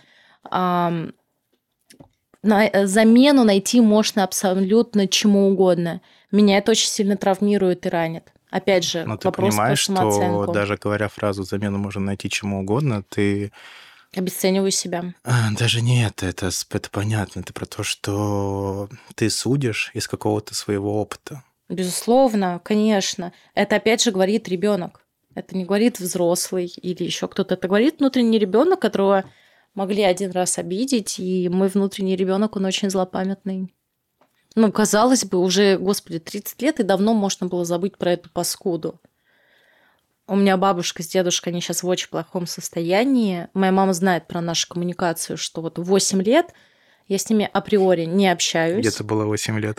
замену найти можно абсолютно чему угодно. Меня это очень сильно травмирует и ранит. Опять же, но ты вопрос понимаешь, про самооценку. что даже говоря фразу «замену можно найти чему угодно», ты... Обесцениваю себя. Даже не это понятно. Это про то, что ты судишь из какого-то своего опыта. Безусловно, конечно. Это опять же говорит ребенок. Это не говорит взрослый или еще кто-то. Это говорит внутренний ребенок, которого могли один раз обидеть, и мой внутренний ребенок, он очень злопамятный. Ну, казалось бы, уже, господи, 30 лет, и давно можно было забыть про эту паскуду. У меня бабушка с дедушкой, они сейчас в очень плохом состоянии. Моя мама знает про нашу коммуникацию, что вот 8 лет я с ними априори не общаюсь. Где-то было 8 лет. А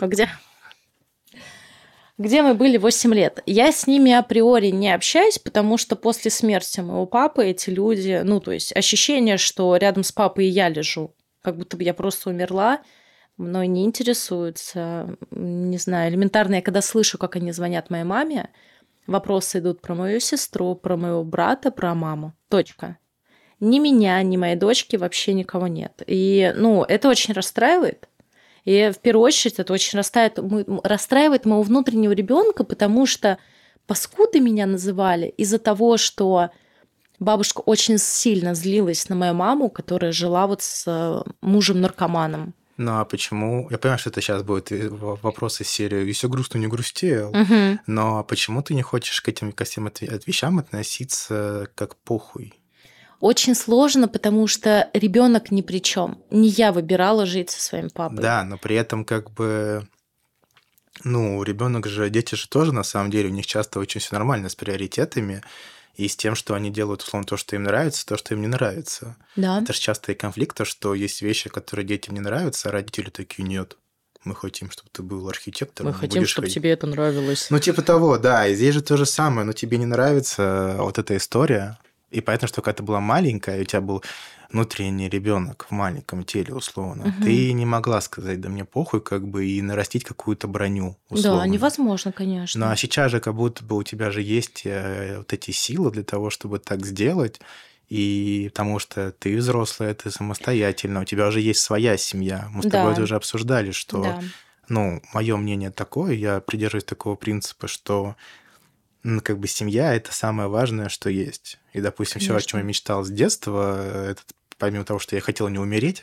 где мы были 8 лет? Я с ними априори не общаюсь, потому что после смерти моего папы эти люди... Ну, то есть ощущение, что рядом с папой я лежу, как будто бы я просто умерла, мной не интересуются. Не знаю, элементарно, я когда слышу, как они звонят моей маме, вопросы идут про мою сестру, про моего брата, про маму. Точка. Ни меня, ни моей дочки вообще никого нет. И, ну, это очень расстраивает. И в первую очередь это очень расстраивает моего внутреннего ребенка, потому что паскудой меня называли из-за того, что бабушка очень сильно злилась на мою маму, которая жила вот с мужем-наркоманом. Ну а почему? Я понимаю, что это сейчас будет вопрос из серии «И все грустно, не грусти», но почему ты не хочешь к этим ко всем вещам относиться как похуй? Очень сложно, потому что ребенок ни при чем. Не я выбирала жить со своим папой. Да, но при этом как бы, ну, ребенок же, дети же тоже на самом деле, у них часто очень все нормально с приоритетами и с тем, что они делают, условно, то, что им нравится, то, что им не нравится. Да. Это же часто и конфликт, то, что есть вещи, которые детям не нравятся, а родители такие: нет. Мы хотим, чтобы ты был архитектором. Мы хотим, чтобы тебе это нравилось. Ну, типа того, да. И здесь же то же самое. Но тебе не нравится вот эта история. И понятно, что когда ты была маленькая, и у тебя был внутренний ребенок в маленьком теле, условно, ты не могла сказать: да мне похуй, как бы, и нарастить какую-то броню, условно. Да, невозможно, конечно. Ну, а сейчас же как будто бы у тебя же есть вот эти силы для того, чтобы так сделать, и потому что ты взрослая, ты самостоятельна, у тебя уже есть своя семья. Мы с тобой это уже обсуждали, что, ну, мое мнение такое, я придерживаюсь такого принципа, что как бы семья – это самое важное, что есть. И, допустим, все, о чем я мечтал с детства, это, помимо того, что я хотел не умереть,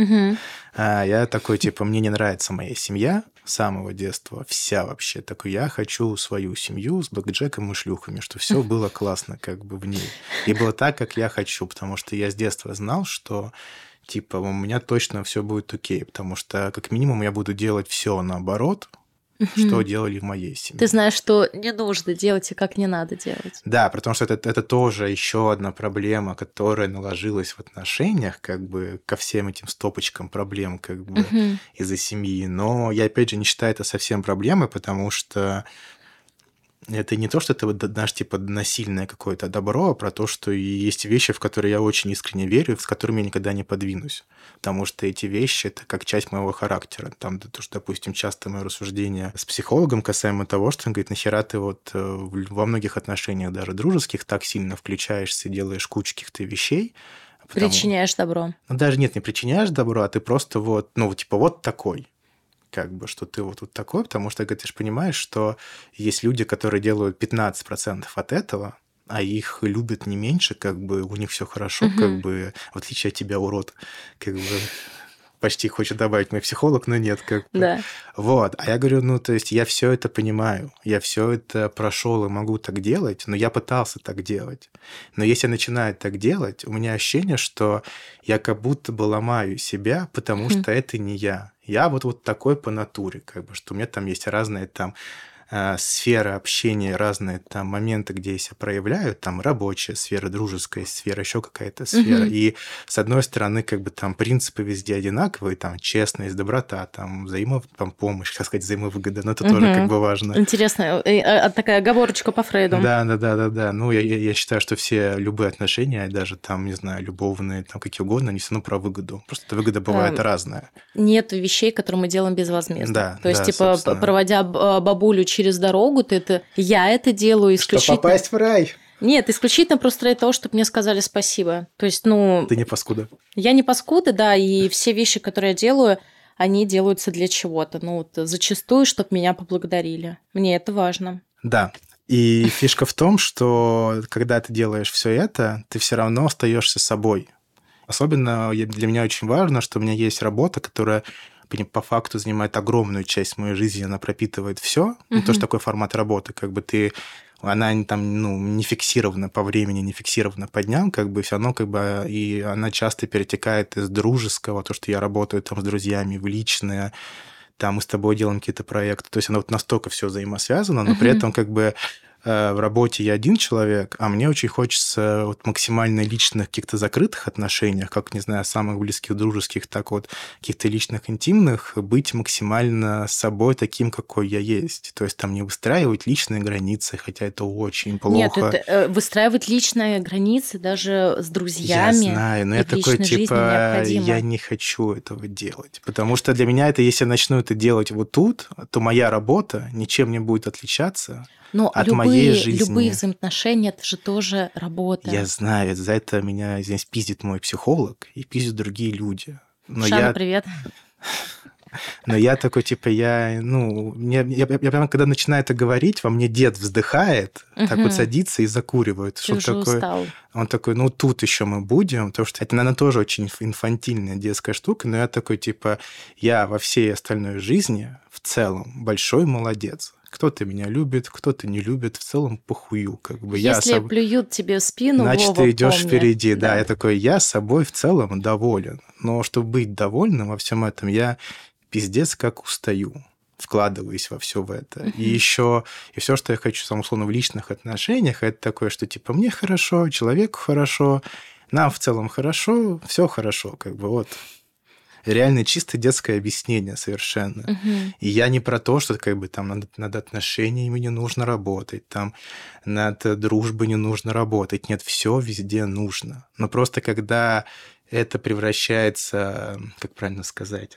я такой, типа, мне не нравится моя семья с самого детства, вся вообще. Такой, я хочу свою семью с блэкджеком и шлюхами, что все было классно как бы в ней. И было так, как я хочу, потому что я с детства знал, что типа у меня точно все будет окей, потому что как минимум я буду делать все наоборот, что делали в моей семье. Ты знаешь, что не нужно делать и как не надо делать. Да, потому что это тоже еще одна проблема, которая наложилась в отношениях, как бы ко всем этим стопочкам проблем, как бы из-за семьи. Но я, опять же, не считаю это совсем проблемой, потому что это не то, что это, знаешь, типа насильное какое-то добро, а про то, что есть вещи, в которые я очень искренне верю, с которыми я никогда не подвинусь. Потому что эти вещи – это как часть моего характера. Там, то, что, допустим, часто мое рассуждение с психологом касаемо того, что он говорит: нахера ты вот во многих отношениях, даже дружеских, так сильно включаешься, делаешь кучу каких-то вещей. Причиняешь добро. Ну, даже нет, не причиняешь добро, а ты просто вот, ну, типа, вот такой. Как бы, что ты вот такой, потому что ты же понимаешь, что есть люди, которые делают 15% от этого, а их любят не меньше, как бы у них все хорошо, как бы, в отличие от тебя, урод, как бы почти хочет добавить мой психолог, но нет, как бы. Да. Вот, а я говорю, ну, то есть я все это понимаю, я все это прошел и могу так делать, но я пытался так делать. Но если я начинаю так делать, у меня ощущение, что я как будто бы ломаю себя, потому что это не я. Я вот такой по натуре, как бы, что у меня там есть разные там сферы общения, разные там моменты, где я себя проявляю, там рабочая сфера, дружеская сфера, еще какая-то сфера. И с одной стороны, как бы там принципы везде одинаковые, там честность, доброта, там взаимопомощь, как сказать, взаимовыгода, но это тоже как бы важно. Интересно, такая оговорочка по Фрейду. Да. Ну, я считаю, что все любые отношения, даже там, не знаю, любовные, там какие угодно, они все равно про выгоду. Просто выгода бывает разная. Нет вещей, которые мы делаем безвозмездно. Да, то есть, типа, собственно. проводя бабулю через дорогу, я это делаю исключительно... Чтобы попасть в рай. Нет, исключительно просто ради того, чтобы мне сказали спасибо. То есть, ну... Ты не паскуда. Я не паскуда, да, и все вещи, которые я делаю, они делаются для чего-то. Ну, вот зачастую, чтобы меня поблагодарили. Мне это важно. Да. И фишка в том, что когда ты делаешь все это, ты все равно остаешься собой. Особенно для меня очень важно, что у меня есть работа, которая по факту занимает огромную часть моей жизни, она пропитывает все. Ну, тоже такой формат работы, как бы она там, ну, не фиксирована по времени, не фиксирована по дням, как бы все равно, как бы, и она часто перетекает из дружеского, то, что я работаю там с друзьями, в личное, там мы с тобой делаем какие-то проекты. То есть оно вот настолько все взаимосвязано, но при этом как бы в работе я один человек, а мне очень хочется вот максимально личных каких-то закрытых отношениях, как, не знаю, самых близких, дружеских, так вот каких-то личных, интимных, быть максимально собой таким, какой я есть. То есть там не выстраивать личные границы, хотя это очень плохо. Нет, это выстраивать личные границы даже с друзьями. Я знаю, но я такой, типа, я не хочу этого делать. Потому что для меня это, если я начну это делать вот тут, то моя работа ничем не будет отличаться. Но от моей жизни. Любые взаимоотношения – это же тоже работа. Я знаю, за это меня здесь пиздит мой психолог и пиздят другие люди. Но Шана, привет. Но я такой, типа, я прямо, когда начинаю это говорить, во мне дед вздыхает, так вот садится и закуривает. Ты уже такой, устал. Он такой, ну, тут еще мы будем, потому что это, наверное, тоже очень инфантильная детская штука, но я такой, типа, я во всей остальной жизни в целом большой молодец. Кто-то меня любит, кто-то не любит, в целом похую. Как бы Если плюют тебе в спину, значит, Вова, ты идешь помни. впереди. Да, я такой, я собой в целом доволен. Но чтобы быть довольным во всем этом, я пиздец как устаю, вкладываясь во все в это. И еще, и все, что я хочу, сам условно, в личных отношениях, это такое, что типа мне хорошо, человеку хорошо, нам в целом хорошо, все хорошо, как бы вот. Реально чисто детское объяснение совершенно. И я не про то, что как бы там над отношениями не нужно работать, там над дружбой не нужно работать. Нет, все везде нужно. Но просто когда это превращается, как правильно сказать,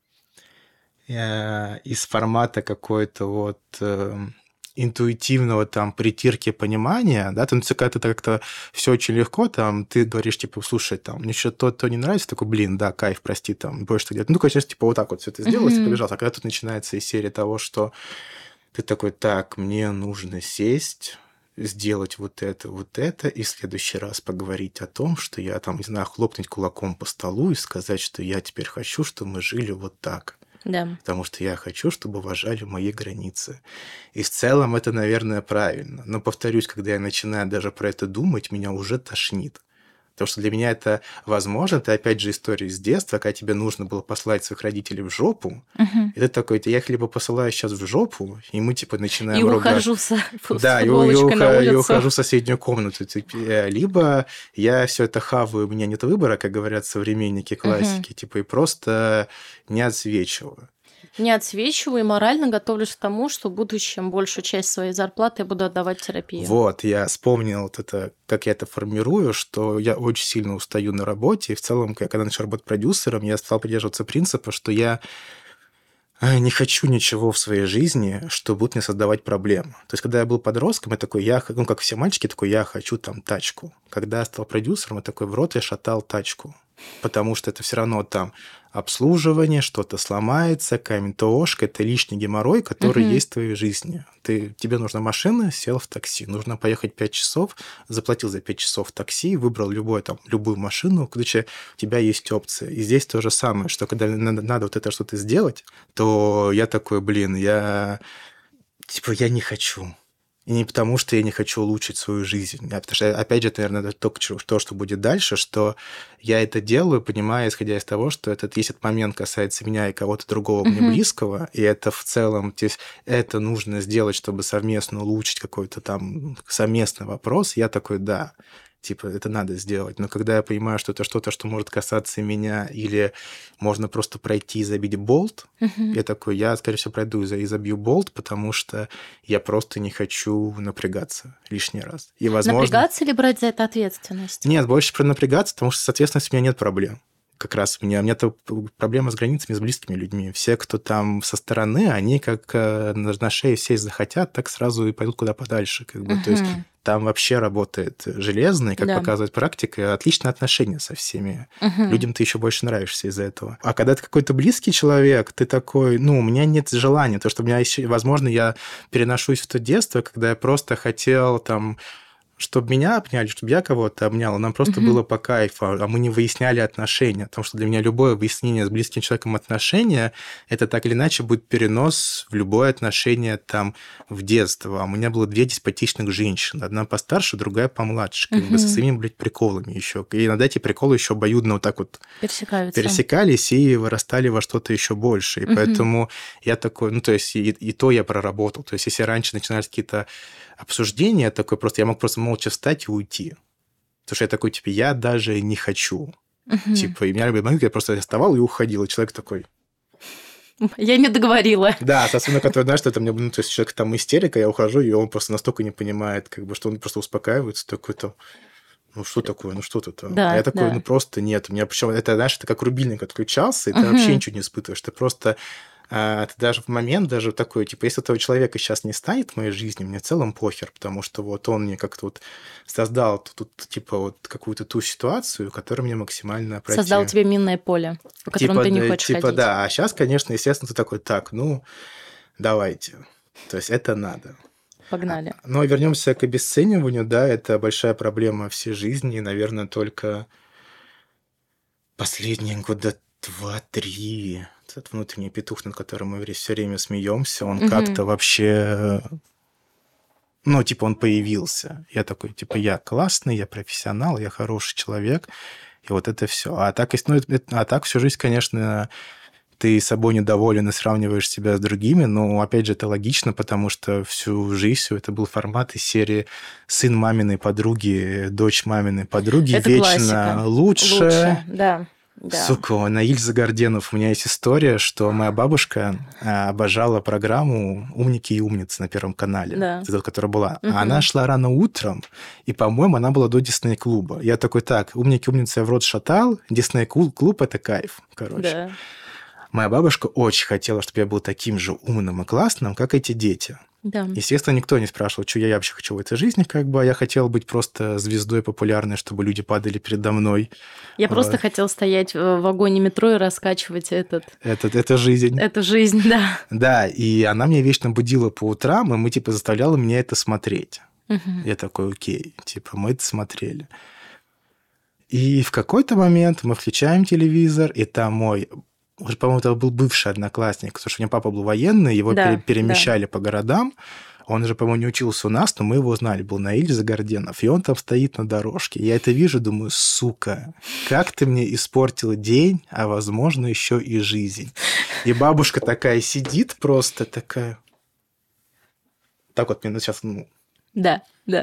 из формата какой-то вот интуитивного там притирки понимания, да, то когда ты как-то все очень легко, там, ты говоришь, типа, слушай, там, мне что-то то не нравится, такой, блин, да, кайф, прости, там, больше что где-то. Ну, конечно, типа, вот так вот все это сделалось и побежал. А когда тут начинается из серии того, что ты такой, так, мне нужно сесть, сделать вот это, и в следующий раз поговорить о том, что я там, не знаю, хлопнуть кулаком по столу и сказать, что я теперь хочу, чтобы мы жили вот так. Да. Потому что я хочу, чтобы уважали мои границы. И в целом это, наверное, правильно. Но, повторюсь, когда я начинаю даже про это думать, меня уже тошнит. Потому что для меня это возможно. Это, опять же, история с детства, когда тебе нужно было послать своих родителей в жопу. И ты такой, я их либо посылаю сейчас в жопу, и мы, типа, начинаем ругать. Да, и ухожу в соседнюю комнату. Либо я все это хаваю, у меня нет выбора, как говорят современники классики, типа, и просто не отсвечиваю. Не отсвечиваю и морально готовлюсь к тому, что в будущем большую часть своей зарплаты я буду отдавать терапии. Вот, я вспомнил вот это, как я это формирую, что я очень сильно устаю на работе, и в целом, когда начал работать продюсером, я стал придерживаться принципа, что я не хочу ничего в своей жизни, что будет мне создавать проблемы. То есть, когда я был подростком, я такой, как все мальчики, такой, я хочу там тачку. Когда я стал продюсером, я такой, в рот я шатал тачку. Потому что это все равно там обслуживание, что-то сломается, какая-нибудь ООшка, это лишний геморрой, который есть в твоей жизни. Тебе нужна машина, сел в такси. Нужно поехать 5 часов, заплатил за 5 часов такси, выбрал любую машину, короче, у тебя есть опция. И здесь то же самое, что когда надо вот это что-то сделать, то я такой, блин, я не хочу. И не потому, что я не хочу улучшить свою жизнь. Потому что, опять же, это, наверное, то, что будет дальше, что я это делаю, понимая, исходя из того, что этот момент касается меня и кого-то другого мне близкого, и это в целом, то есть это нужно сделать, чтобы совместно улучшить какой-то там совместный вопрос, я такой, да, типа, это надо сделать. Но когда я понимаю, что это что-то, что может касаться меня, или можно просто пройти и забить болт, я такой, я, скорее всего, пройду и забью болт, потому что я просто не хочу напрягаться лишний раз. И, возможно... Напрягаться или брать за это ответственность? Нет, больше про напрягаться, потому что с ответственностью у меня нет проблем. Как раз у меня проблема с границами, с близкими людьми. Все, кто там со стороны, они как на шее сесть захотят, так сразу и пойдут куда подальше. Как бы. То есть там вообще работает железно, и, как показывает практика, отличные отношения со всеми. Людям ты еще больше нравишься из-за этого. А когда ты какой-то близкий человек, ты такой, у меня нет желания. То, что у меня еще, возможно, я переношусь в то детство, когда я просто хотел там чтобы меня обняли, чтобы я кого-то обнял, нам просто было по кайфу, а мы не выясняли отношения. Потому что для меня любое выяснение с близким человеком отношения, это так или иначе будет перенос в любое отношение там в детство. А у меня было 2 деспотичных женщины. Одна постарше, другая помладше. Как бы со своими, блядь, приколами еще. И иногда эти приколы еще обоюдно вот так вот пересекались и вырастали во что-то еще больше. И поэтому я такой, ну, то есть и то я проработал. То есть если раньше начинались какие-то обсуждения, такой просто, я мог просто молча встать и уйти. Потому что я такой, типа, я даже не хочу. Типа, и меня любой момент, я просто вставал и уходил, и человек такой... Я не договорила. Да, особенно, который, знаешь, что это мне, ну, то есть человек там истерика, я ухожу, и он просто настолько не понимает, как бы, что он просто успокаивается, такой-то... Ну, что такое? Ну, что тут? Да, а я такой, да. ну, просто нет. У меня причем это, знаешь, это как рубильник отключался, и ты вообще ничего не испытываешь. Ты просто... ты даже в момент, даже такой, типа, если этого человека сейчас не станет в моей жизни, мне в целом похер, потому что вот он мне как-то вот создал тут, типа, вот какую-то ту ситуацию, которая мне максимально противна. Создал тебе минное поле, по которому ты не хочешь ходить. Да. А сейчас, конечно, естественно, ты такой, так, ну, давайте. То есть это надо. Погнали. Но вернемся к обесцениванию, да, это большая проблема всей жизни, и, наверное, только последние года 2-3 этот внутренний петух, над которым мы все время смеемся, он как-то вообще, ну, типа, он появился. Я такой, типа, я классный, я профессионал, я хороший человек, и вот это все. А так всю жизнь, конечно, ты собой недоволен и сравниваешь себя с другими, но, опять же, это логично, потому что всю жизнь это был формат из серии «сын маминой подруги, дочь маминой подруги, это вечно классика. Лучше». Да. Сука, Наиль Загорденов. У меня есть история, что моя бабушка обожала программу «Умники и умницы» на Первом канале, да. Которая была. Она шла рано утром, и, по-моему, она была до Дисней-клуба. Я такой, так, «Умники и умницы» я в рот шатал, Дисней-клуб – это кайф, короче. Да. Моя бабушка очень хотела, чтобы я был таким же умным и классным, как эти дети. Да. Естественно, никто не спрашивал, что я вообще хочу в этой жизни, как бы. Я хотел быть просто звездой популярной, чтобы люди падали передо мной. Я просто хотел стоять в вагоне метро и раскачивать Это жизнь. Это жизнь, да. Да, и она меня вечно будила по утрам, и мы, типа, заставляла меня это смотреть. Я такой, окей, типа, мы это смотрели. И в какой-то момент мы включаем телевизор, и там мой... Уже, по-моему, это был бывший одноклассник, потому что у меня папа был военный, его перемещали по городам. Он же, по-моему, не учился у нас, но мы его знали. Был Наиль Загорденов, и он там стоит на дорожке. Я это вижу, думаю, сука, как ты мне испортила день, а, возможно, еще и жизнь. И бабушка такая сидит просто, такая... Так вот мне сейчас... Да.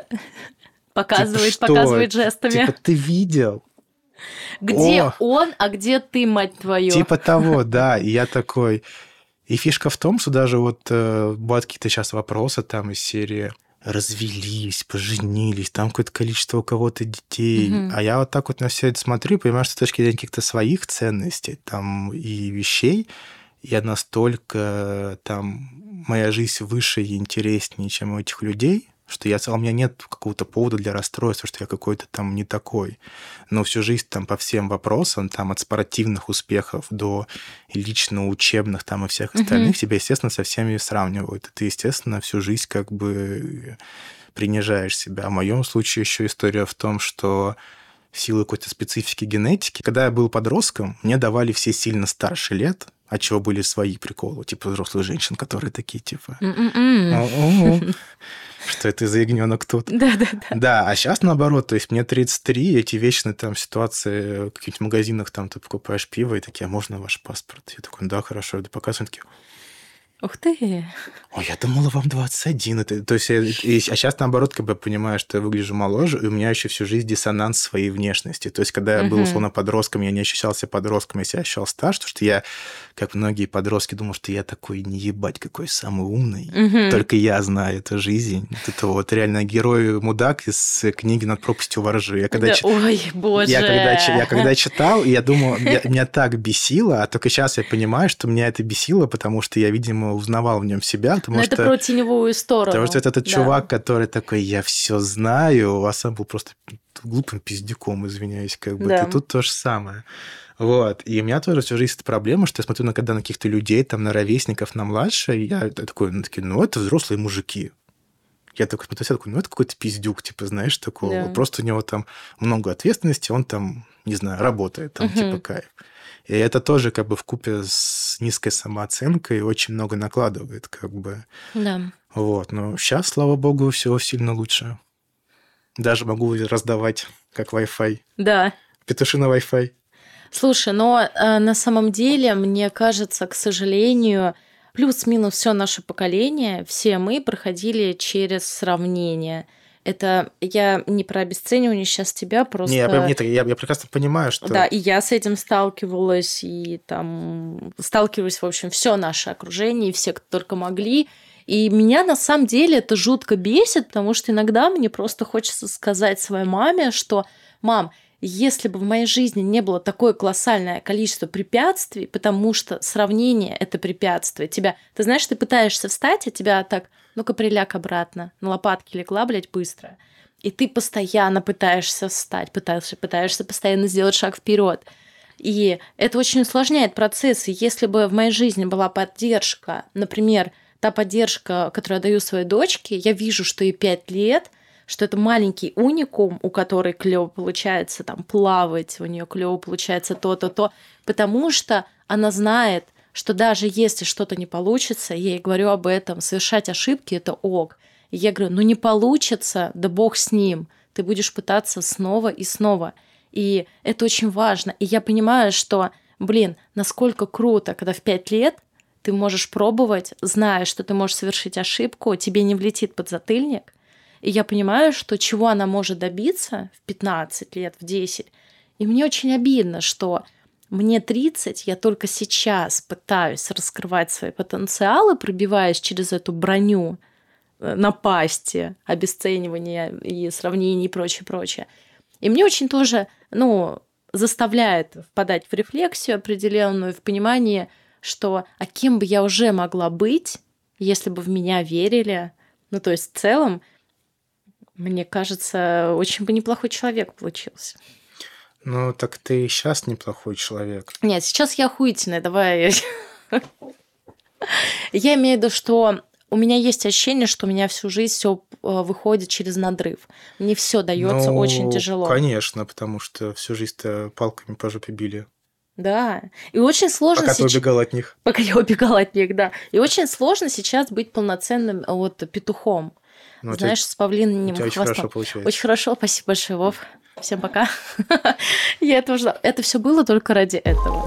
Показывает жестами. Типа, ты видел? Где он, а где ты, мать твою? Типа того, да. И я такой... И фишка в том, что даже вот бывают какие-то сейчас вопросы там из серии развелись, поженились, там какое-то количество у кого-то детей. А я вот так вот на все это смотрю и понимаю, что с точки зрения каких-то своих ценностей там и вещей, я настолько там... Моя жизнь выше и интереснее, чем у этих людей, что у меня нет какого-то повода для расстройства, что я какой-то там не такой. Но всю жизнь там по всем вопросам, там от спортивных успехов до лично учебных там и всех остальных, тебя, естественно, со всеми сравнивают. И ты, естественно, всю жизнь как бы принижаешь себя. В моем случае еще история в том, что в силу какой-то специфики генетики, когда я был подростком, мне давали все сильно старше лет, от чего были свои приколы, типа взрослых женщин, которые такие, типа... Что это за ягненок тут? Да. Да, а сейчас наоборот, то есть мне 33, эти вечные там ситуации в каких-нибудь магазинах, там ты покупаешь пиво и такие, а можно ваш паспорт? Я такой, да, хорошо, да показывают, такие... Ух ты! Ой, я думала, вам 21. То есть, а сейчас, наоборот, как бы понимаю, что я выгляжу моложе, и у меня еще всю жизнь диссонанс своей внешности. То есть, когда я был, условно, подростком, я не ощущал себя подростком, я себя ощущал старше, потому что я, как многие подростки, думал, что я такой, не ебать, какой самый умный. Только я знаю эту жизнь. Вот это вот реально герой-мудак из книги «Над пропастью во ржи». Ой, боже! Я когда читал, я думал, меня так бесило, а только сейчас я понимаю, что меня это бесило, потому что я, видимо, узнавал в нем себя. Но это про теневую сторону. Потому что это этот чувак, который такой, я все знаю, а сам был просто глупым пиздюком, извиняюсь, как бы. И тут то же самое. Вот. И у меня тоже всю жизнь эта проблема, что я смотрю когда на каких-то людей, там, на ровесников, на младше, и я такой, ну, это взрослые мужики. Я такой смотрю, такой, ну, это какой-то пиздюк, типа, знаешь, такого. Да. Просто у него там много ответственности, он там, не знаю, работает, там, типа, кайф. И это тоже как бы вкупе с низкой самооценкой очень много накладывает, как бы. Да. Вот, но сейчас, слава богу, все сильно лучше. Даже могу раздавать как Wi-Fi. Да. Петушиный Wi-Fi. Слушай, но на самом деле, мне кажется, к сожалению, плюс-минус все наше поколение, все мы проходили через сравнение. Это я не про обесценивание сейчас тебя, просто... Я прекрасно понимаю, что... Да, и я с этим сталкивалась, и там сталкивались, в общем, все наше окружение, и все, кто только могли. И меня на самом деле это жутко бесит, потому что иногда мне просто хочется сказать своей маме, что «Мам, если бы в моей жизни не было такое колоссальное количество препятствий, потому что сравнение — это препятствие. Ты знаешь, ты пытаешься встать, а тебя так, ну-ка приляг обратно, на лопатки легла, блядь, быстро. И ты постоянно пытаешься встать, пытаешься постоянно сделать шаг вперед. И это очень усложняет процесс. И если бы в моей жизни была поддержка, например, та поддержка, которую я даю своей дочке, я вижу, что ей 5 лет, что это маленький уникум, у которой клёво получается там плавать, у нее клёво получается то, потому что она знает, что даже если что-то не получится, я ей говорю об этом, совершать ошибки — это ок. И я говорю, ну не получится, да бог с ним, ты будешь пытаться снова и снова. И это очень важно. И я понимаю, что, насколько круто, когда в 5 лет ты можешь пробовать, зная, что ты можешь совершить ошибку, тебе не влетит подзатыльник. И я понимаю, что чего она может добиться в 15 лет, в 10. И мне очень обидно, что мне 30, я только сейчас пытаюсь раскрывать свои потенциалы, пробиваясь через эту броню напасти, обесценивания и сравнений и прочее. И мне очень тоже, заставляет впадать в рефлексию определенную, в понимание, что а кем бы я уже могла быть, если бы в меня верили. То есть в целом, мне кажется, очень бы неплохой человек получился. Ну, так ты и сейчас неплохой человек. Нет, сейчас я охуительная, давай. Я имею в виду, что у меня есть ощущение, что у меня всю жизнь все выходит через надрыв. Мне все дается очень тяжело. Конечно, потому что всю жизнь-то палками по жопе били. Да. И очень сложно... Пока ты убегал от них. Пока я убегала от них, да. И очень сложно сейчас быть полноценным петухом. Знаешь, с павлиним хвостом. Очень хорошо получается. Очень хорошо, спасибо большое, Вов. Всем пока. Я этого ждала. Это все было только ради этого.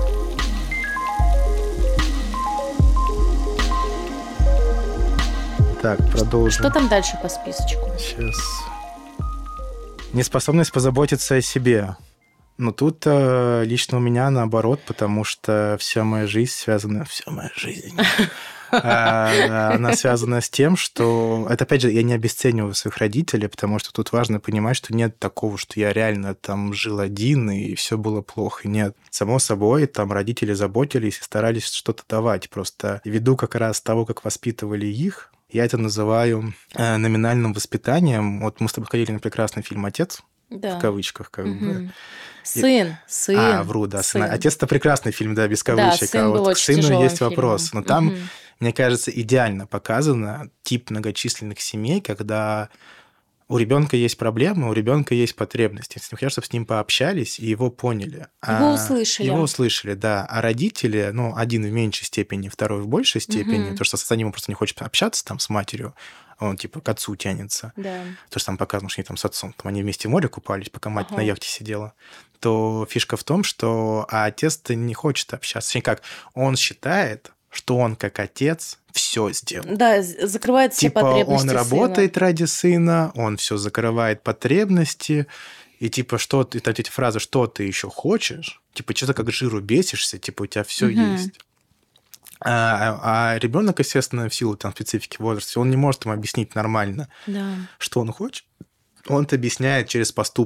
Так, продолжим. Что там дальше по списочку? Сейчас. Неспособность позаботиться о себе. Но тут лично у меня наоборот, потому что вся моя жизнь связана... Вся моя жизнь... Она связана с тем, что... Это, опять же, я не обесцениваю своих родителей, потому что тут важно понимать, что нет такого, что я реально там жил один, и все было плохо. Нет. Само собой, там родители заботились и старались что-то давать. Просто ввиду как раз того, как воспитывали их, я это называю номинальным воспитанием. Вот мы с тобой ходили на прекрасный фильм «Отец», в кавычках, как бы. Сын. Вру, да. Сын. «Отец» — это прекрасный фильм, да, без кавычек. Да, сын был вот к сыну есть фильмом. вопрос. Но там, мне кажется, идеально показано тип многочисленных семей, когда у ребенка есть проблемы, у ребенка есть потребности. Если хотят, чтобы с ним пообщались и его поняли. Его услышали, да. А родители, один в меньшей степени, второй в большей степени, потому что с ним просто не хочет общаться там с матерью, он типа к отцу тянется. Да. То, что там показано, что они там с отцом, там они вместе в море купались, пока мать на яхте сидела. То фишка в том, что отец-то не хочет общаться. Точнее, как он считает, что он как отец все сделал. Да, закрывает все потребности он работает сына. ради сына, он все закрывает потребности, и что ты, эти фразы, что ты еще хочешь, что-то как жиру бесишься, у тебя все есть. А ребенок, естественно, в силу специфики возраста, он не может им объяснить нормально, что он хочет. Он это объясняет через поступки.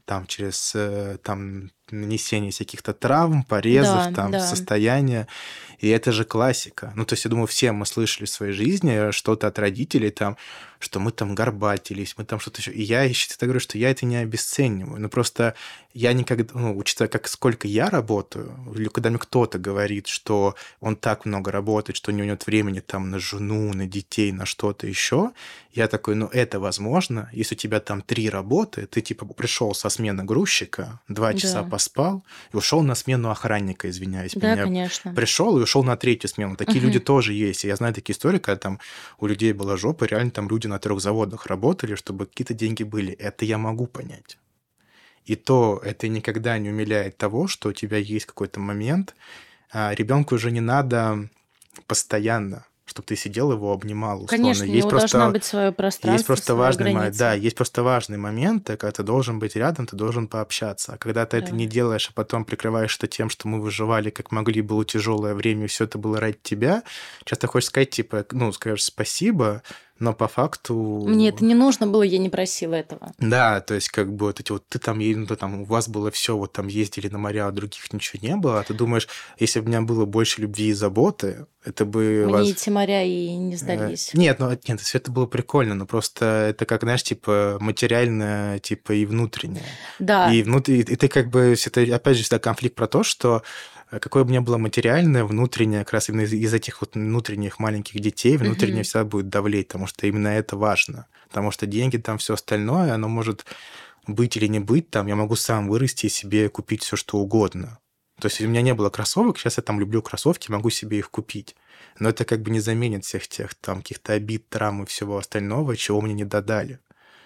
там через там нанесение каких-то травм, порезов, там состояния. И это же классика. Ну, то есть, я думаю, все мы слышали в своей жизни что-то от родителей, там, что мы там горбатились, мы там что-то еще. И я всегда говорю, что я это не обесцениваю. Но просто я никогда, учитывая, сколько я работаю, или когда мне кто-то говорит, что он так много работает, что у него нет времени там на жену, на детей, на что-то еще, я такой, это возможно, если у тебя там 3 работы, ты типа пришел со смены грузчика, 2 часа поспал и ушел на смену охранника, извиняюсь. Да, конечно. Пришел и ушел на 3-ю смену. Такие люди тоже есть. И я знаю такие истории, когда там у людей была жопа, реально там люди на 3 заводах работали, чтобы какие-то деньги были. Это я могу понять. И то это никогда не умаляет того, что у тебя есть какой-то момент, ребенку уже не надо постоянно, чтобы ты сидел его обнимал, условно. Конечно, у него должно быть свое пространство, есть просто свои границы. Да, есть просто важные моменты, когда ты должен быть рядом, ты должен пообщаться. А когда ты это не делаешь, а потом прикрываешь это тем, что мы выживали как могли, было тяжелое время, и все это было ради тебя, часто хочешь сказать, типа, скажешь спасибо, но по факту... Мне это не нужно было, я не просила этого. Да, то есть как бы вот эти вот ты там, у вас было все, вот там ездили на моря, а других ничего не было, а ты думаешь, если бы у меня было больше любви и заботы, это бы... Мне эти моря и не сдались. Нет, все это было прикольно, но просто это как, знаешь, типа материальное, типа и внутреннее. Да. И ты как бы... Это опять же всегда конфликт про то, что какое бы ни было материальное, внутреннее, как раз именно из этих вот внутренних маленьких детей, внутреннее всегда будет давлеть, потому что именно это важно. Потому что деньги, там все остальное, оно может быть или не быть, там я могу сам вырасти и себе купить все что угодно. То есть, если у меня не было кроссовок, сейчас я там люблю кроссовки, могу себе их купить. Но это как бы не заменит всех тех там каких-то обид, травм и всего остального, чего мне не додали.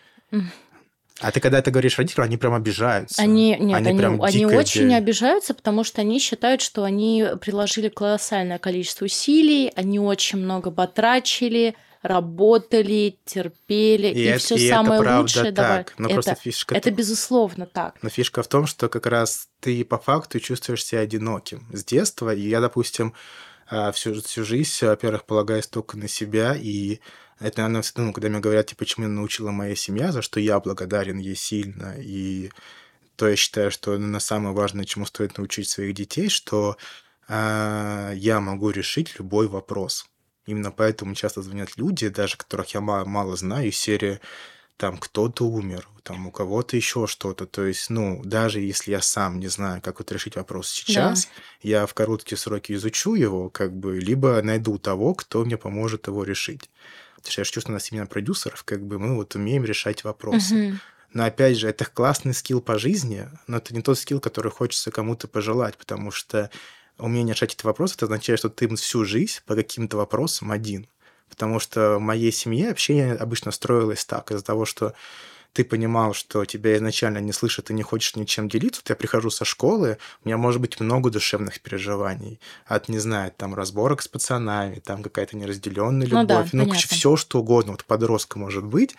А ты когда это говоришь родителям, они прям обижаются. Они очень обижаются, потому что они считают, что они приложили колоссальное количество усилий, они очень много потрачили, работали, терпели, и все самое лучшее давали. Это безусловно так. Но фишка в том, что как раз ты по факту чувствуешь себя одиноким с детства. И я, допустим, всю жизнь, во-первых, полагаюсь только на себя, и это, наверное, когда мне говорят, типа, почему меня научила моя семья, за что я благодарен ей сильно, и то я считаю, что самое важное, чему стоит научить своих детей, что я могу решить любой вопрос. Именно поэтому часто звонят люди, даже которых я мало знаю, из серии там кто-то умер, там у кого-то еще что-то. То есть, даже если я сам не знаю, как вот решить вопрос сейчас, я в короткие сроки изучу его, как бы, либо найду того, кто мне поможет его решить. Потому что я же чувствую, у нас именно продюсеров, как бы мы вот умеем решать вопросы. Но опять же, это классный скилл по жизни, но это не тот скилл, который хочется кому-то пожелать, потому что умение решать эти вопросы, это означает, что ты всю жизнь по каким-то вопросам один. Потому что в моей семье общение обычно строилось так, из-за того, что ты понимал, что тебя изначально не слышат и не хочешь ничем делиться. Вот я прихожу со школы, у меня может быть много душевных переживаний. От, не знаю, там разборок с пацанами, там какая-то неразделенная любовь. Все что угодно, вот подростка может быть.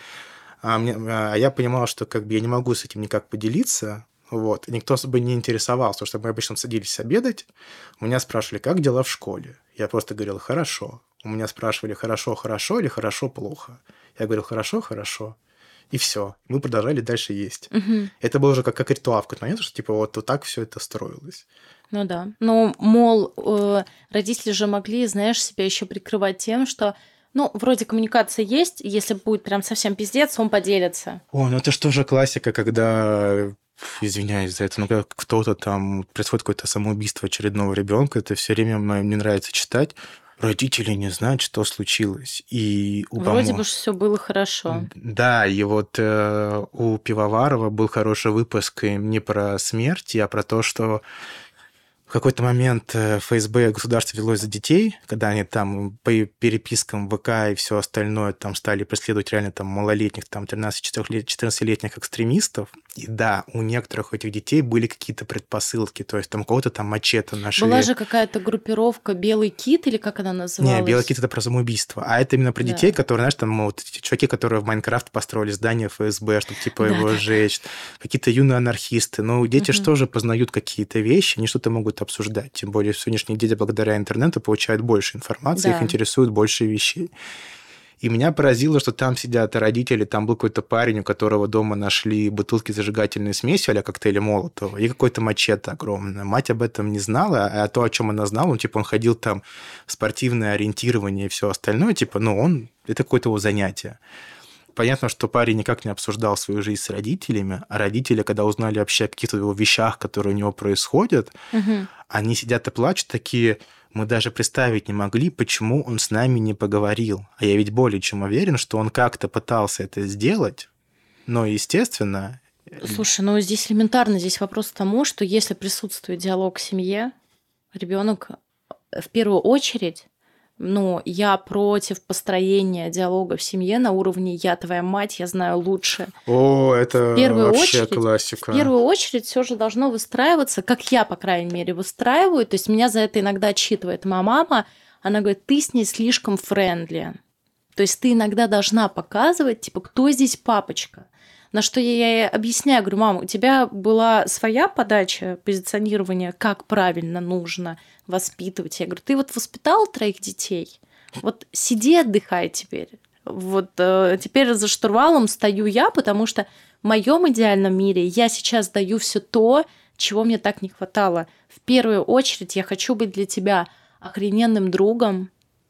А я понимал, что как бы я не могу с этим никак поделиться. Вот. И никто особо не интересовался, потому что мы обычно садились обедать. У меня спрашивали, как дела в школе? Я просто говорил, хорошо. У меня спрашивали, хорошо или хорошо-плохо. Я говорил, хорошо. И все. Мы продолжали дальше есть. Это было уже как ритуал в какой-то момент, что типа вот так все это строилось. Ну да. Ну, мол, родители же могли, знаешь, себя еще прикрывать тем, что вроде коммуникация есть, если будет прям совсем пиздец, он поделится. Это что же классика, когда... Извиняюсь за это, но когда кто-то там происходит какое-то самоубийство очередного ребенка, это все время мне нравится читать. Родители не знают, что случилось. И вроде бы все было хорошо. Да, и вот у Пивоварова был хороший выпуск не про смерть, а про то, что в какой-то момент ФСБ государство велось за детей, когда они там по перепискам ВК и все остальное там стали преследовать реально там малолетних, там 13-14-летних экстремистов. И да, у некоторых этих детей были какие-то предпосылки, то есть там у кого-то там мачете нашли. Была же какая-то группировка «Белый кит» или как она называлась? Не, «Белый кит» — это про самоубийство, а это именно про детей, которые, знаешь, там вот эти чуваки, которые в Майнкрафт построили здание ФСБ, чтобы типа его сжечь, какие-то юные анархисты. Но дети же тоже познают какие-то вещи, они что-то могут обсуждать. Тем более сегодняшние дети благодаря интернету получают больше информации, их интересует больше вещей. И меня поразило, что там сидят родители, там был какой-то парень, у которого дома нашли бутылки зажигательной смесью а-ля коктейля Молотова и какой-то мачете огромное. Мать об этом не знала, а то, о чем она знала, он ходил там в спортивное ориентирование и все остальное, это какое-то его занятие. Понятно, что парень никак не обсуждал свою жизнь с родителями, а родители, когда узнали вообще о каких-то его вещах, которые у него происходят, они сидят и плачут такие... Мы даже представить не могли, почему он с нами не поговорил. А я ведь более чем уверен, что он как-то пытался это сделать, но, естественно... Слушай, здесь элементарно, здесь вопрос к тому, что если присутствует диалог в семье, ребенок в первую очередь... я против построения диалога в семье на уровне «я твоя мать, я знаю лучше». О, это вообще классика. В первую очередь все же должно выстраиваться, как я, по крайней мере, выстраиваю. То есть меня за это иногда отчитывает моя мама. Она говорит, ты с ней слишком френдли. То есть ты иногда должна показывать, кто здесь папочка. На что я ей объясняю, говорю, мама, у тебя была своя подача позиционирования, как правильно нужно воспитывать. Я говорю, ты воспитала 3 детей, сиди, отдыхай теперь. Теперь за штурвалом стою я, потому что в моем идеальном мире я сейчас даю все то, чего мне так не хватало. В первую очередь я хочу быть для тебя охрененным другом,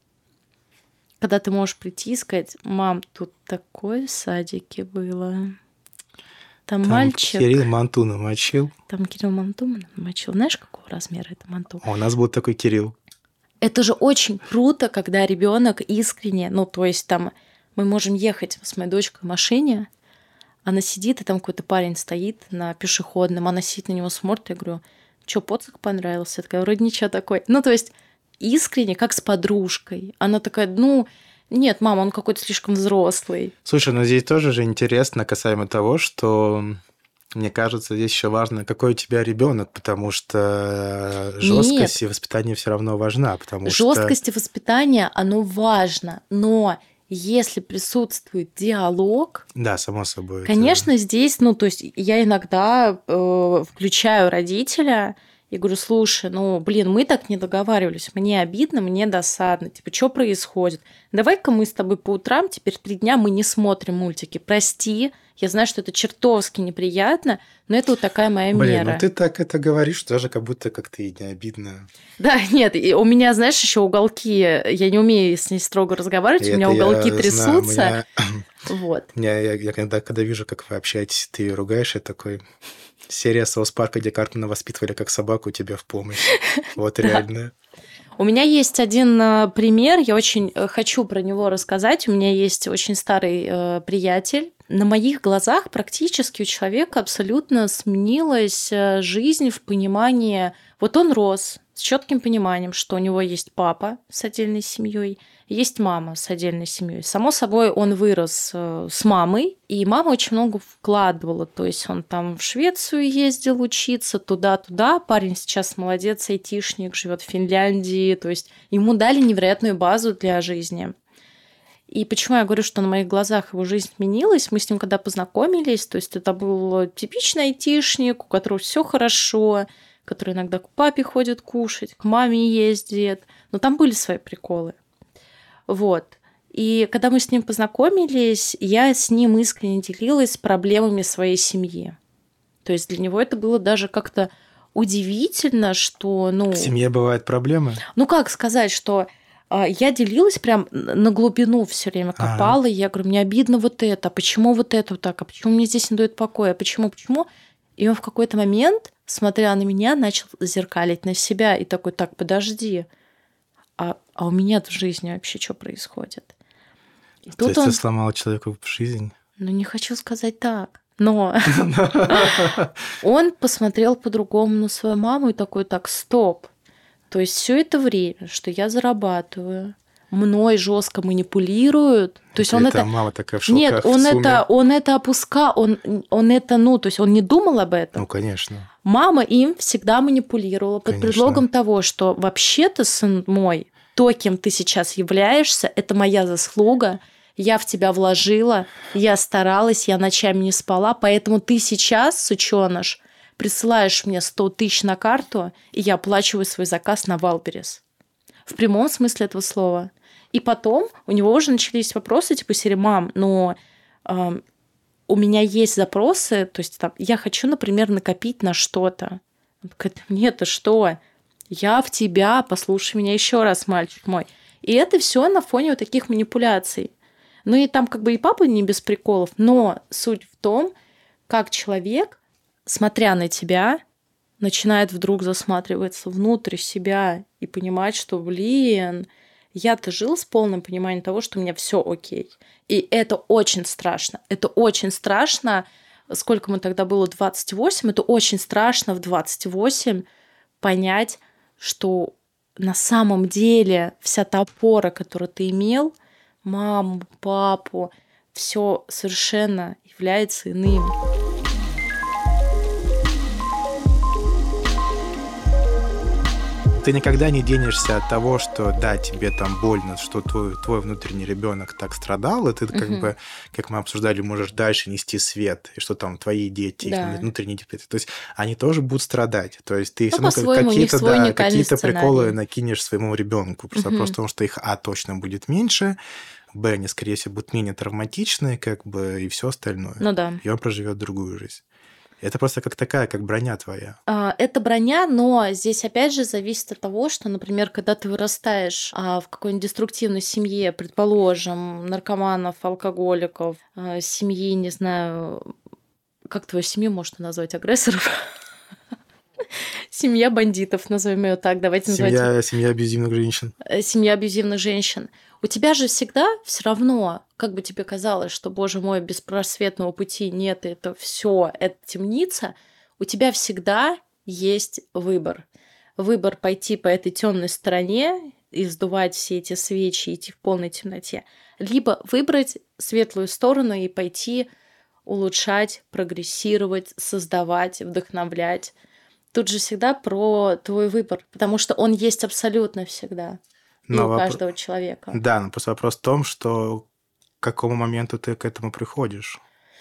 когда ты можешь прийти и сказать, мам, тут такое в садике было. Там мальчик... Кирилл манту намочил. Там Кирилл манту намочил. Знаешь, какого размера это манту? У нас был такой Кирилл. Это же очень круто, когда ребенок искренне... мы можем ехать с моей дочкой в машине, она сидит, и там какой-то парень стоит на пешеходном, она сидит на него, смотрит, я говорю, что, поцик понравился? Я такая, вроде ничего такой. Искренне, как с подружкой. Она такая, нет, мама, он какой-то слишком взрослый. Слушай, здесь тоже же интересно касаемо того, что, мне кажется, здесь еще важно, какой у тебя ребенок, потому что жесткость и воспитание все равно важна. Жесткость и воспитание, оно важно, но если присутствует диалог... Да, само собой. Конечно, здесь, я иногда включаю родителя... Я говорю, слушай, мы так не договаривались, мне обидно, мне досадно, что происходит? Давай-ка мы с тобой по утрам, теперь 3 дня мы не смотрим мультики, прости, я знаю, что это чертовски неприятно, но это такая моя мера. Ты так это говоришь, даже как будто как-то и не обидно. Да, нет, у меня, знаешь, еще уголки, я не умею с ней строго разговаривать, у меня уголки трясутся. Я когда вижу, как вы общаетесь, ты ее ругаешь, я такой... Серия Саус Парка, где Картмана воспитывали как собаку, тебе в помощь. Реально. У меня есть один пример, я очень хочу про него рассказать. У меня есть очень старый приятель. На моих глазах практически у человека абсолютно сменилась жизнь в понимании... Он рос с четким пониманием, что у него есть папа с отдельной семьей, есть мама с отдельной семьей. Само собой, он вырос с мамой, и мама очень много вкладывала. То есть он там в Швецию ездил учиться, туда-туда. Парень сейчас молодец, айтишник, живет в Финляндии. То есть ему дали невероятную базу для жизни. И почему я говорю, что на моих глазах его жизнь изменилась? Мы с ним когда познакомились, то есть это был типичный айтишник, у которого все хорошо, который иногда к папе ходит кушать, к маме ездит. Но там были свои приколы. И когда мы с ним познакомились, я с ним искренне делилась проблемами своей семьи. То есть для него это было даже как-то удивительно, что... В семье бывают проблемы? Как сказать, что я делилась прям на глубину все время, копала. Я говорю, мне обидно это, а почему это так, а почему мне здесь не дают покоя, а почему? И он в какой-то момент, смотря на меня, начал зеркалить на себя и такой, так, подожди, а у меня в жизни вообще что происходит? И То есть ты сломала человеку жизнь? Не хочу сказать так, но он посмотрел по-другому на свою маму и такой, так, стоп. То есть все это время, что я зарабатываю, мной жестко манипулируют. То есть он это... Мама такая в шоке. Нет, он это опускал, он это, то есть он не думал об этом. Конечно. Мама им всегда манипулировала под предлогом того, что вообще-то, сын мой, то, кем ты сейчас являешься, это моя заслуга, я в тебя вложила, я старалась, я ночами не спала, поэтому ты сейчас, сучёныш, присылаешь мне 100 тысяч на карту, и я оплачиваю свой заказ на Валберес. В прямом смысле этого слова. И потом у него уже начались вопросы, типа, серии: «Мам, но у меня есть запросы, то есть там, я хочу, например, накопить на что-то». Он такой: «Нет, ты что? Я в тебя, послушай меня еще раз, мальчик мой». И это все на фоне вот таких манипуляций. Ну и там как бы и папа не без приколов, но суть в том, как человек, смотря на тебя, начинает вдруг засматриваться внутрь себя и понимать, что, блин, я-то жил с полным пониманием того, что у меня все окей. И это очень страшно. Это очень страшно. Сколько ему тогда было? 28. Это очень страшно в 28 понять, что на самом деле вся та опора, которую ты имел, маму, папу, все совершенно является иным. Ты никогда не денешься от того, что да, тебе там больно, что твой внутренний ребенок так страдал, и ты как бы, как мы обсуждали, можешь дальше нести свет, и что там твои дети, их внутренние дети, то есть они тоже будут страдать. То есть ты все равно какие-то приколы накинешь своему ребенку, просто потому что их точно будет меньше, они, скорее всего, будут менее травматичны, как бы, и все остальное. Ну да. И он проживет другую жизнь. Это просто как такая, как броня твоя. Это броня, но здесь опять же зависит от того, что, например, когда ты вырастаешь в какой-нибудь деструктивной семье, предположим, наркоманов, алкоголиков, семьи, не знаю, как твою семью можно назвать, агрессоров? Семья бандитов, назовем ее так, давайте называть. Семья абьюзивных женщин. Семья абьюзивных женщин. У тебя же всегда все равно, как бы тебе казалось, что, боже мой, беспросветного пути нет, это все, это темница, у тебя всегда есть выбор. Выбор пойти по этой темной стороне и сдувать все эти свечи, идти в полной темноте, либо выбрать светлую сторону и пойти улучшать, прогрессировать, создавать, вдохновлять. Тут же всегда про твой выбор, потому что он есть абсолютно всегда. И у каждого человека. Да, но просто вопрос в том, что к какому моменту ты к этому приходишь.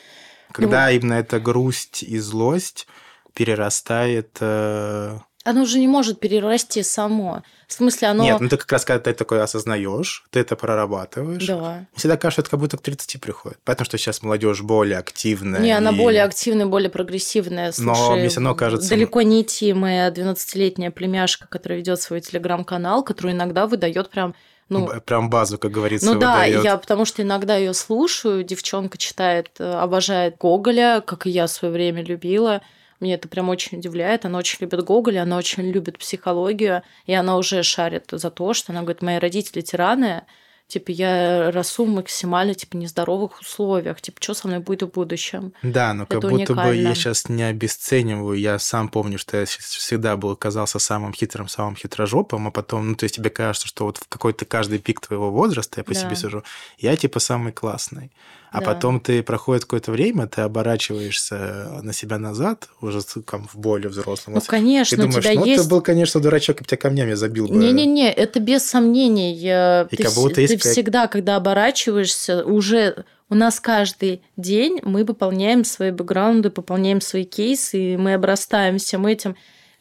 Когда именно эта грусть и злость перерастает... Оно уже не может перерасти само. В смысле, оно... Нет, ты как раз, когда ты такое осознаешь, ты это прорабатываешь. Да. Мне всегда кажется, что это как будто к 30 приходит. Поэтому что сейчас молодежь более активная. Не, она более активная, более прогрессивная. Слушай, но мне все равно кажется... Далеко не идти моя 12-летняя племяшка, которая ведет свой телеграм-канал, который иногда выдает прям... прям базу, как говорится, выдаёт. Я потому что иногда ее слушаю, девчонка читает, обожает Гоголя, как и я в свое время любила. Мне это прям очень удивляет. Она очень любит Гоголя, она очень любит психологию, и она уже шарит за то, что она говорит: мои родители тираны, типа, я расту в максимально, типа, нездоровых условиях, типа, что со мной будет в будущем? Да, но как будто бы я сейчас не обесцениваю, я сам помню, что я всегда казался самым хитрым, самым хитрожопым, а потом, то есть тебе кажется, что вот в какой-то каждый пик твоего возраста, я по себе сижу, я, типа, самый классный. А потом проходит какое-то время, ты оборачиваешься на себя назад, уже там, в более взрослом. Ну, конечно, ты думаешь, у тебя есть... ты был, конечно, дурачок, и тебя камнями забил бы. Не-не-не, это без сомнений. Ты есть... всегда, когда оборачиваешься, уже у нас каждый день мы пополняем свои бэкграунды, пополняем свои кейсы, и мы обрастаем всем этим.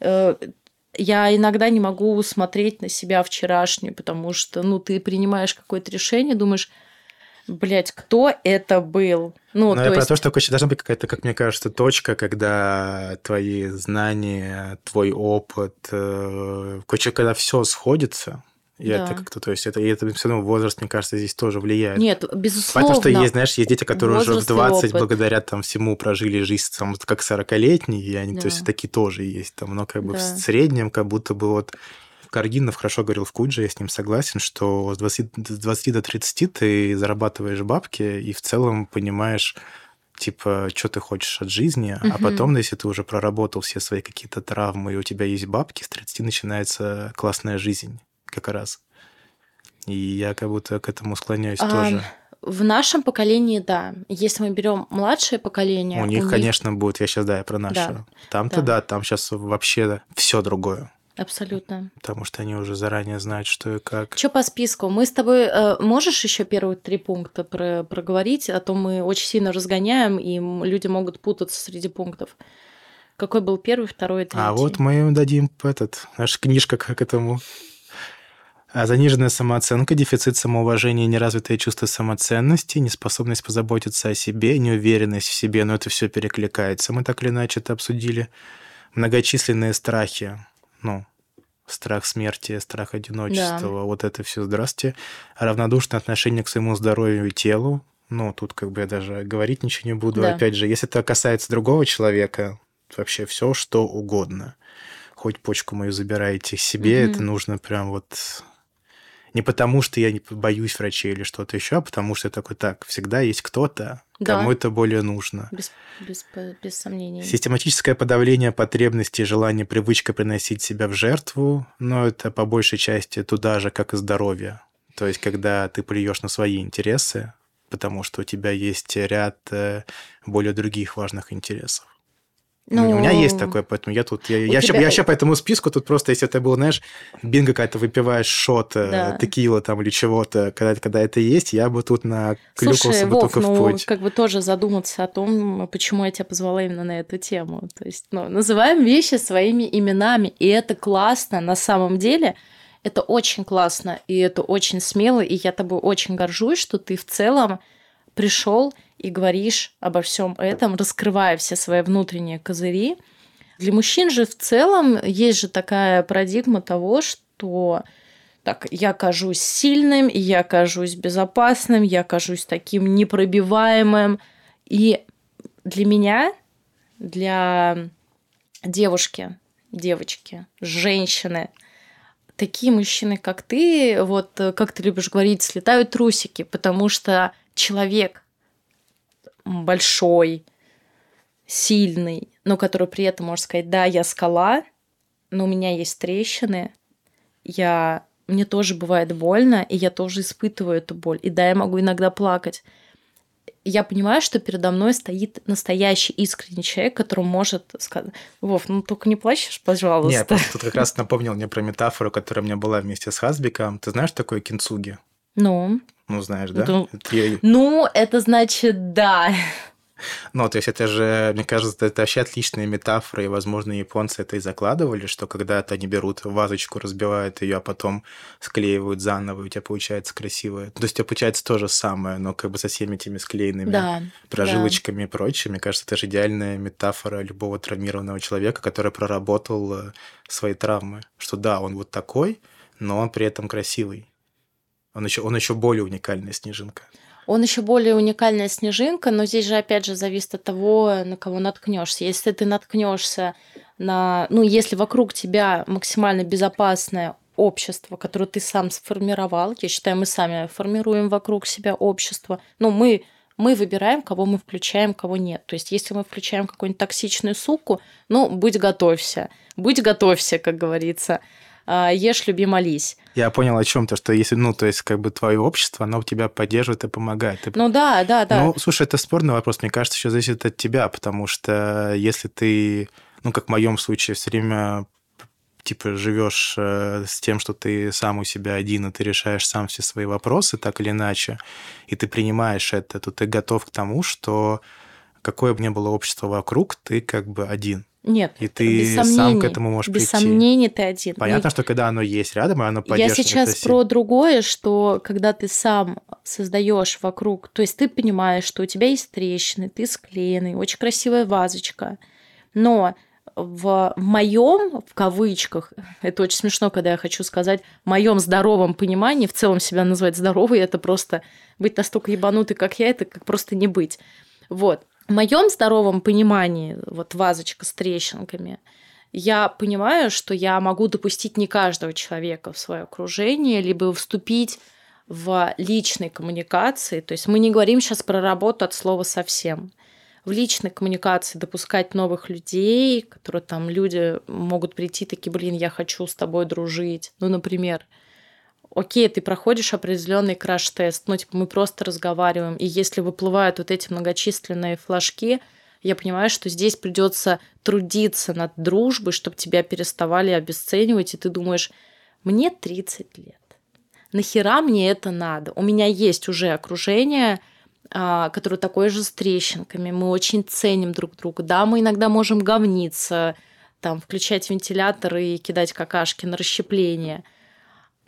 Я иногда не могу смотреть на себя вчерашнюю, потому что, ты принимаешь какое-то решение, думаешь... Блять, кто это был? Но я про то, что должна быть какая-то, как мне кажется, точка, когда твои знания, твой опыт, когда все сходится. И это как-то, то есть это все равно возраст, мне кажется, здесь тоже влияет. Нет, безусловно. Потому что есть дети, которые уже в 20 благодаря там всему прожили жизнь там, как 40-летние, и они, то есть, такие тоже есть. Там, но как бы в среднем, как будто бы вот Каргинов хорошо говорил в Кудже, я с ним согласен, что с 20 до 30 ты зарабатываешь бабки и в целом понимаешь, типа, что ты хочешь от жизни, а потом, если ты уже проработал все свои какие-то травмы, и у тебя есть бабки, с 30 начинается классная жизнь как раз. И я как будто к этому склоняюсь тоже. В нашем поколении, да. Если мы берем младшее поколение... У них, конечно, будет, я про нашу. Да. Там-то там сейчас вообще все другое. Абсолютно. Потому что они уже заранее знают, что и как. Что по списку? Мы с тобой... можешь еще первые 3 пункта проговорить? А то мы очень сильно разгоняем, и люди могут путаться среди пунктов. Какой был первый, второй, третий? А вот мы им дадим наша книжка к этому. А заниженная самооценка, дефицит самоуважения, неразвитое чувство самоценности, неспособность позаботиться о себе, неуверенность в себе, но это все перекликается. Мы так или иначе это обсудили. Многочисленные страхи, страх смерти, страх одиночества, Да. вот это все, здрасте. Равнодушное отношение к своему здоровью и телу. Тут я даже говорить ничего не буду. Да. Опять же, если это касается другого человека, вообще все что угодно. Хоть почку мою забираете себе, это нужно прям вот... Не потому, что я не боюсь врачей или что-то еще, а потому что я такой, всегда есть кто-то, кому это более нужно. Без сомнений. Систематическое подавление потребностей, желание, привычка приносить себя в жертву, но это по большей части туда же, как и здоровье. То есть, когда ты плюешь на свои интересы, потому что у тебя есть ряд более других важных интересов. У меня есть такое, поэтому я сейчас по этому списку, тут просто, если это было, знаешь, бинго какая-то, выпиваешь шот, текила там или чего-то, когда это есть, я бы тут наклюкался бы только в путь. Тоже задуматься о том, почему я тебя позвала именно на эту тему. То есть, называем вещи своими именами, и это классно на самом деле. Это очень классно, и это очень смело, и я тобой очень горжусь, что ты в целом пришел и говоришь обо всем этом, раскрывая все свои внутренние козыри. Для мужчин же в целом есть же такая парадигма того, что я кажусь сильным, я кажусь безопасным, я кажусь таким непробиваемым. И для меня, для девушки, девочки, женщины, такие мужчины, как ты, как ты любишь говорить, слетают трусики, потому что человек большой, сильный, но который при этом может сказать, да, я скала, но у меня есть трещины, мне тоже бывает больно, и я тоже испытываю эту боль. И да, я могу иногда плакать. Я понимаю, что передо мной стоит настоящий искренний человек, который может сказать, Вов, только не плачешь, пожалуйста. Нет, просто тут как раз напомнил мне про метафору, которая у меня была вместе с Хазбиком. Ты знаешь такое кинцуги? Знаешь, да? Это значит да. То есть это же, мне кажется, это вообще отличная метафора, и, возможно, японцы это и закладывали, что когда-то они берут вазочку, разбивают ее, а потом склеивают заново, и у тебя получается красивое. То есть у тебя получается то же самое, но со всеми этими склеенными прожилочками и прочее. Мне кажется, это же идеальная метафора любого травмированного человека, который проработал свои травмы. Что да, он вот такой, но он при этом красивый. Он еще более уникальная снежинка. Он еще более уникальная снежинка, но здесь же опять же зависит от того, на кого наткнешься. Если ты наткнешься на... если вокруг тебя максимально безопасное общество, которое ты сам сформировал, я считаю, мы сами формируем вокруг себя общество, мы выбираем, кого мы включаем, кого нет. То есть, если мы включаем какую-нибудь токсичную суку, будь готовься, как говорится. Ешь, люби, молись. Я понял о чем-то, что если, твое общество, оно тебя поддерживает и помогает. Да. Слушай, это спорный вопрос. Мне кажется, еще зависит от тебя, потому что если ты, как в моем случае, все время живешь с тем, что ты сам у себя один, и ты решаешь сам все свои вопросы, так или иначе, и ты принимаешь это, то ты готов к тому, что какое бы ни было общество вокруг, ты один. Нет, и ты сам к этому можешь прийти. Без сомнений ты один. Понятно, что когда оно есть рядом, оно поддерживает. Я сейчас про другое, что когда ты сам создаешь вокруг, то есть ты понимаешь, что у тебя есть трещины, ты склеенный, очень красивая вазочка, но в моем, в кавычках, это очень смешно, когда я хочу сказать, в моем здоровом понимании, в целом себя называть здоровой, это просто быть настолько ебанутой, как я, это как просто не быть. В моем здоровом понимании, вазочка с трещинками, я понимаю, что я могу допустить не каждого человека в свое окружение, либо вступить в личной коммуникации. То есть мы не говорим сейчас про работу от слова совсем. В личной коммуникации допускать новых людей, которые люди могут прийти такие, я хочу с тобой дружить. Например, окей, ты проходишь определенный краш-тест, мы просто разговариваем, и если выплывают эти многочисленные флажки, я понимаю, что здесь придется трудиться над дружбой, чтобы тебя переставали обесценивать, и ты думаешь, мне 30 лет, нахера мне это надо? У меня есть уже окружение, которое такое же с трещинками, мы очень ценим друг друга, да, мы иногда можем говниться, включать вентилятор и кидать какашки на расщепление.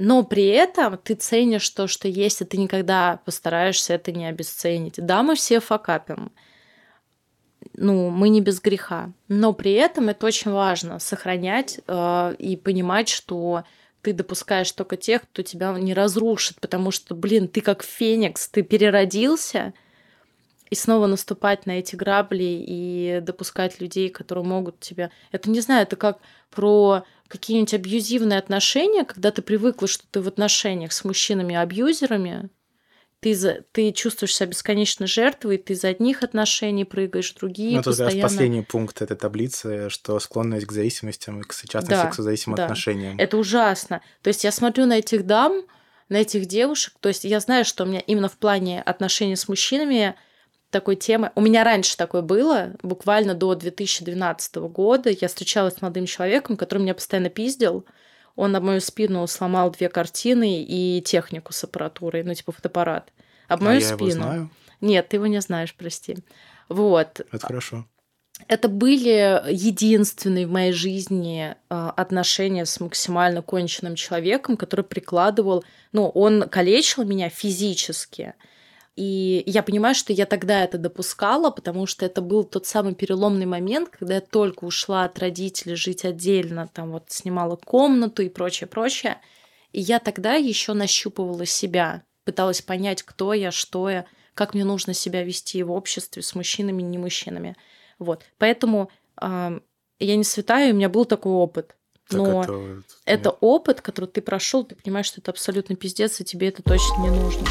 Но при этом ты ценишь то, что есть, и ты никогда постараешься это не обесценить. Да, мы все факапим. Ну, мы не без греха. Но при этом это очень важно сохранять и понимать, что ты допускаешь только тех, кто тебя не разрушит, потому что, блин, ты как феникс, ты переродился, и снова наступать на эти грабли и допускать людей, которые могут тебя... Это, не знаю, это как про какие-нибудь абьюзивные отношения, когда ты привыкла, что ты в отношениях с мужчинами-абьюзерами, ты чувствуешь себя бесконечно жертвой, ты из одних отношений прыгаешь, другие Ну, это как раз постоянно... последний пункт этой таблицы, что склонность к зависимостям и часто к Да, сексозависимым да. отношениям. Это ужасно. То есть я смотрю на этих дам, на этих девушек, то есть я знаю, что у меня именно в плане отношений с мужчинами такой темы... У меня раньше такое было, буквально до 2012 года. Я встречалась с молодым человеком, который меня постоянно пиздил. Он об мою спину сломал 2 картины и технику с аппаратурой, ну, типа фотоаппарат. Об мою я спину. его знаю? Нет, ты его не знаешь, прости. Вот. Это хорошо. Это были единственные в моей жизни отношения с максимально конченным человеком, который прикладывал... Ну, он калечил меня физически. И я понимаю, что я тогда это допускала, потому что это был тот самый переломный момент, когда я только ушла от родителей жить отдельно, там вот снимала комнату и прочее, прочее. И я тогда еще нащупывала себя, пыталась понять, кто я, что я, как мне нужно себя вести в обществе с мужчинами, не мужчинами. Вот. Поэтому я не святая, у меня был такой опыт. Но это опыт, который ты прошел, ты понимаешь, что это абсолютно пиздец, и тебе это точно не нужно.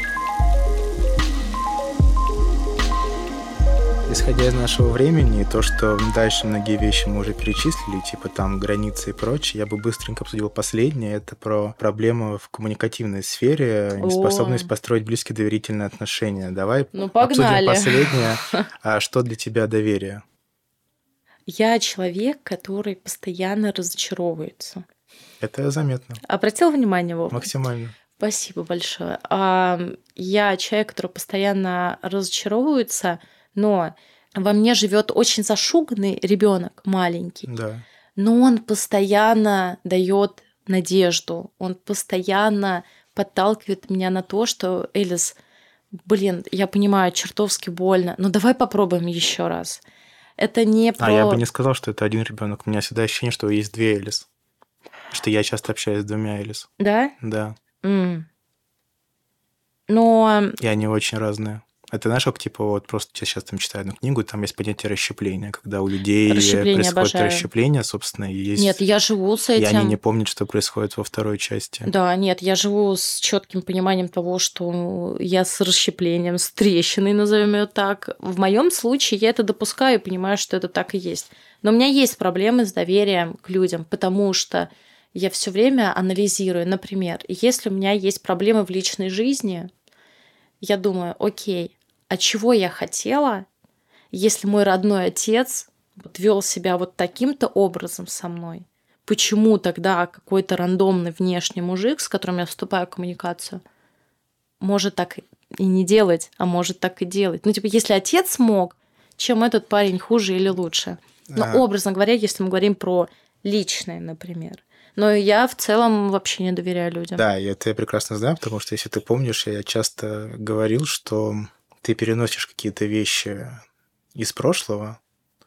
Исходя из нашего времени, то, что дальше многие вещи мы уже перечислили, типа там границы и прочее, я бы быстренько обсудил последнее. Это про проблему в коммуникативной сфере, неспособность построить близкие доверительные отношения. Давай обсудим последнее. А что для тебя доверие? Я человек, который постоянно разочаровывается. Это заметно. Обратил внимание, Вова? Максимально. Спасибо большое. Я человек, который постоянно разочаровывается, но во мне живет очень зашуганный ребенок маленький. Да. Но он постоянно дает надежду, он постоянно подталкивает меня на то, что Элис, блин, я понимаю, чертовски больно, но давай попробуем еще раз. Это не про... я бы не сказал, что это один ребенок. У меня всегда ощущение, что есть 2 Элис. Что я часто общаюсь с 2 Элис. Да? Да. Но... И они очень разные. Это, знаешь, как типа вот просто я сейчас там читаю одну книгу, там есть понятие расщепления, когда у людей происходит расщепление, собственно, и есть... Нет, я живу с этим. И они не помнят, что происходит во второй части. Да, нет, я живу с четким пониманием того, что я с расщеплением, с трещиной, назовем ее так. В моем случае я это допускаю и понимаю, что это так и есть. Но у меня есть проблемы с доверием к людям, потому что я все время анализирую. Например, если у меня есть проблемы в личной жизни, я думаю, окей, а чего я хотела, если мой родной отец вел себя вот таким-то образом со мной? Почему тогда какой-то рандомный внешний мужик, с которым я вступаю в коммуникацию, может так и не делать, а может так и делать? Ну, типа, если отец смог, чем этот парень хуже или лучше? Ну, образно говоря, если мы говорим про личное, например. Но я в целом вообще не доверяю людям. Да, и это я прекрасно знаю, потому что, если ты помнишь, я часто говорил, что ты переносишь какие-то вещи из прошлого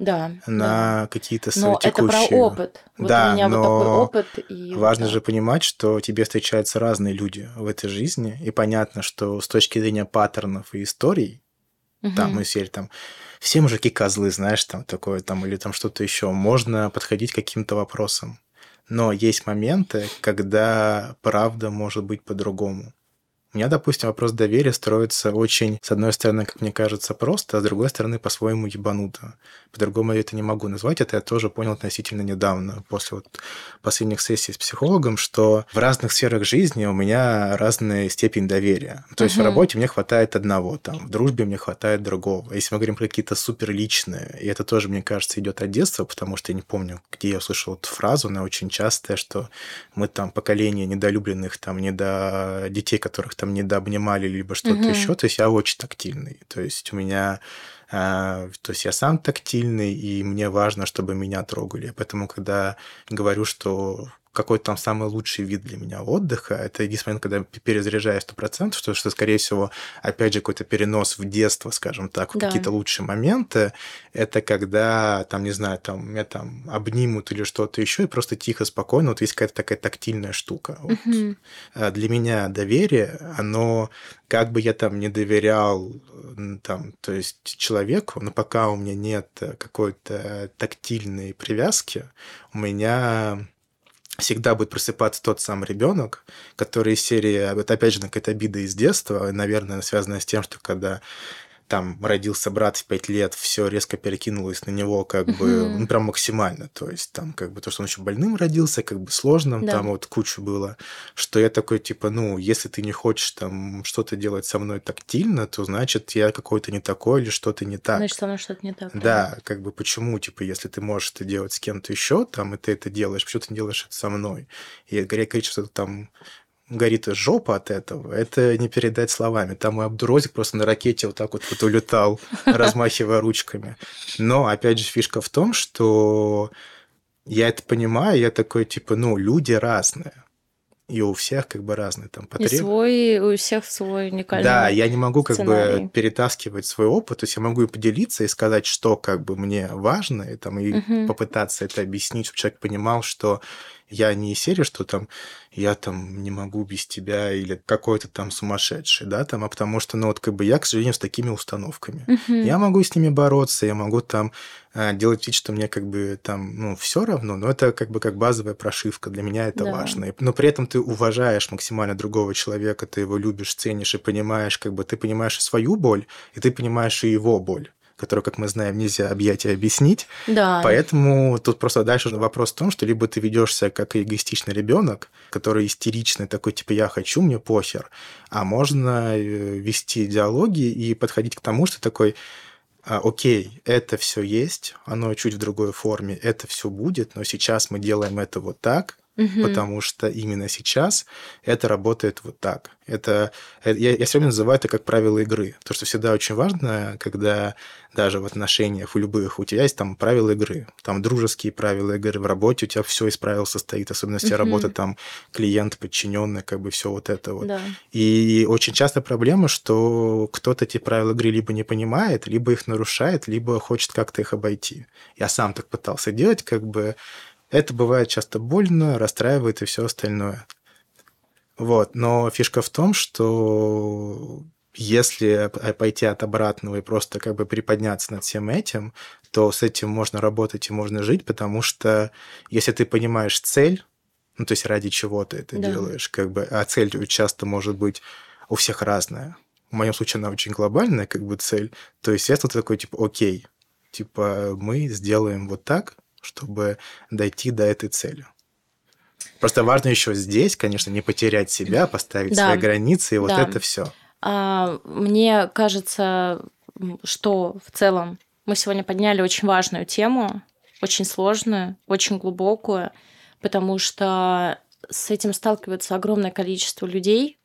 на какие-то свои текущие. Но это про опыт. Вот у меня вот такой опыт. И важно же понимать, что тебе встречаются разные люди в этой жизни, и понятно, что с точки зрения паттернов и историй, там, если там все мужики козлы, знаешь, там такое, там, или там что-то еще, можно подходить к каким-то вопросам. Но есть моменты, когда правда может быть по-другому. У меня, допустим, вопрос доверия строится очень, с одной стороны, как мне кажется, просто, а с другой стороны, по-своему ебануто. По-другому я это не могу назвать. Это я тоже понял относительно недавно, после вот последних сессий с психологом, что в разных сферах жизни у меня разная степень доверия. То есть в работе мне хватает одного, там, в дружбе мне хватает другого. Если мы говорим про какие-то суперличные, и это тоже, мне кажется, идет от детства, потому что я не помню, где я услышал эту фразу, она очень частая, что мы там поколение недолюбленных, там, детей, которых там недообнимали, либо что-то еще. То есть я очень тактильный. То есть у меня... То есть я сам тактильный, и мне важно, чтобы меня трогали. Поэтому, когда говорю, что какой-то там самый лучший вид для меня отдыха. Это единственный момент, когда я перезаряжаю 100%, что, скорее всего, опять же, какой-то перенос в детство, скажем так, в какие-то лучшие моменты. Это когда, там, не знаю, там, меня там обнимут или что-то еще, и просто тихо, спокойно, вот есть какая-то такая тактильная штука. Вот. Для меня доверие, оно, как бы я там не доверял, там, то есть человеку, но пока у меня нет какой-то тактильной привязки, у меня всегда будет просыпаться тот самый ребенок, который из серии, вот опять же, какая-то обида из детства, наверное, связанная с тем, что когда там родился брат в 5 лет, все резко перекинулось на него как бы, ну, прям максимально. То есть там как бы то, что он еще больным родился, как бы сложным, там вот кучу было, что я такой, типа, ну, если ты не хочешь там что-то делать со мной тактильно, то значит, я какой-то не такой или что-то не так. Значит, со мной что-то не так. Да, как бы почему, типа, если ты можешь это делать с кем-то еще, там, и ты это делаешь, почему ты не делаешь это со мной? И говорить, что там горит жопа от этого, это не передать словами. Там мой Абдурозик просто на ракете вот так вот улетал, размахивая ручками. Но, опять же, фишка в том, что я это понимаю, я такой, типа, ну, люди разные. И у всех как бы разные там потребности. И у всех свой уникальный Да, я не могу как сценарий. бы перетаскивать свой опыт, то есть я могу и поделиться, и сказать, что как бы мне важно, и, там, и попытаться это объяснить, чтобы человек понимал, что я не из серии, что там я там не могу без тебя или какой-то там сумасшедший, да, там, а потому что, ну, вот как бы я, к сожалению, с такими установками. Я могу с ними бороться, я могу там делать вид, что мне как бы там, ну, все равно, но это как бы как базовая прошивка, для меня это важно. Но при этом ты уважаешь максимально другого человека, ты его любишь, ценишь и понимаешь, как бы ты понимаешь и свою боль, и ты понимаешь и его боль, которую, как мы знаем, нельзя объять и объяснить. Да. Поэтому тут просто дальше вопрос в том, что либо ты ведешься как эгоистичный ребенок, который истеричный, такой типа «я хочу, мне похер», а можно вести диалоги и подходить к тому, что такой окей, это все есть, оно чуть в другой форме, это все будет, но сейчас мы делаем это вот так, потому что именно сейчас это работает вот так. Я все время называю это как правило игры. То, что всегда очень важно, когда даже в отношениях, в любых, у тебя есть там правила игры, там дружеские правила игры, в работе у тебя все из правил состоит, особенно если работа там клиент, подчиненный, как бы все вот это вот. Да. И очень часто проблема, что кто-то эти правила игры либо не понимает, либо их нарушает, либо хочет как-то их обойти. Я сам так пытался делать, как бы это бывает часто больно, расстраивает и все остальное. Вот. Но фишка в том, что если пойти от обратного и просто как бы приподняться над всем этим, то с этим можно работать и можно жить, потому что если ты понимаешь цель, ну, то есть ради чего ты это делаешь, как бы, а цель часто может быть у всех разная. В моем случае она очень глобальная, как бы, цель. То есть, если ты такой, типа, окей, типа, мы сделаем вот так, чтобы дойти до этой цели. Просто важно еще здесь, конечно, не потерять себя, поставить свои границы, и вот это все. Мне кажется, что в целом мы сегодня подняли очень важную тему, очень сложную, очень глубокую, потому что с этим сталкивается огромное количество людей.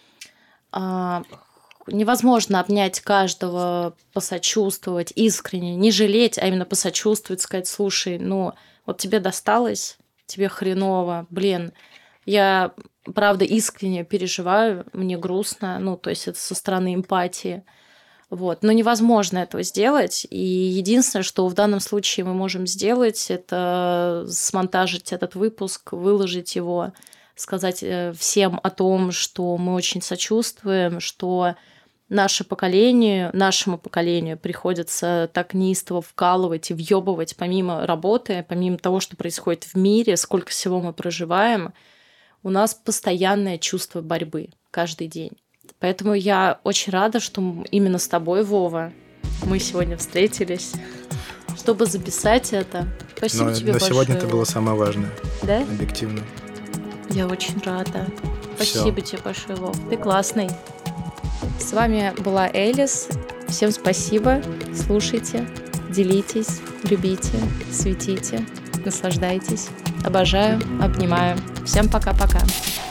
Невозможно обнять каждого, посочувствовать искренне, не жалеть, а именно посочувствовать, сказать: слушай, ну вот тебе досталось, тебе хреново, блин, я правда искренне переживаю, мне грустно, ну то есть это со стороны эмпатии, вот, но невозможно этого сделать, и единственное, что в данном случае мы можем сделать, это смонтажить этот выпуск, выложить его, сказать всем о том, что мы очень сочувствуем, что нашему поколению приходится так неистово вкалывать и въебывать помимо работы, помимо того, что происходит в мире, сколько всего мы проживаем, у нас постоянное чувство борьбы каждый день. Поэтому я очень рада, что именно с тобой, Вова, мы сегодня встретились, чтобы записать это. Спасибо тебе большое. Сегодня это было самое важное. Да? Объективно. Я очень рада. Спасибо тебе большое, Вов. Ты классный. С вами была Элис. Всем спасибо. Слушайте, делитесь, любите, светите, наслаждайтесь. Обожаю, обнимаю. Всем пока-пока.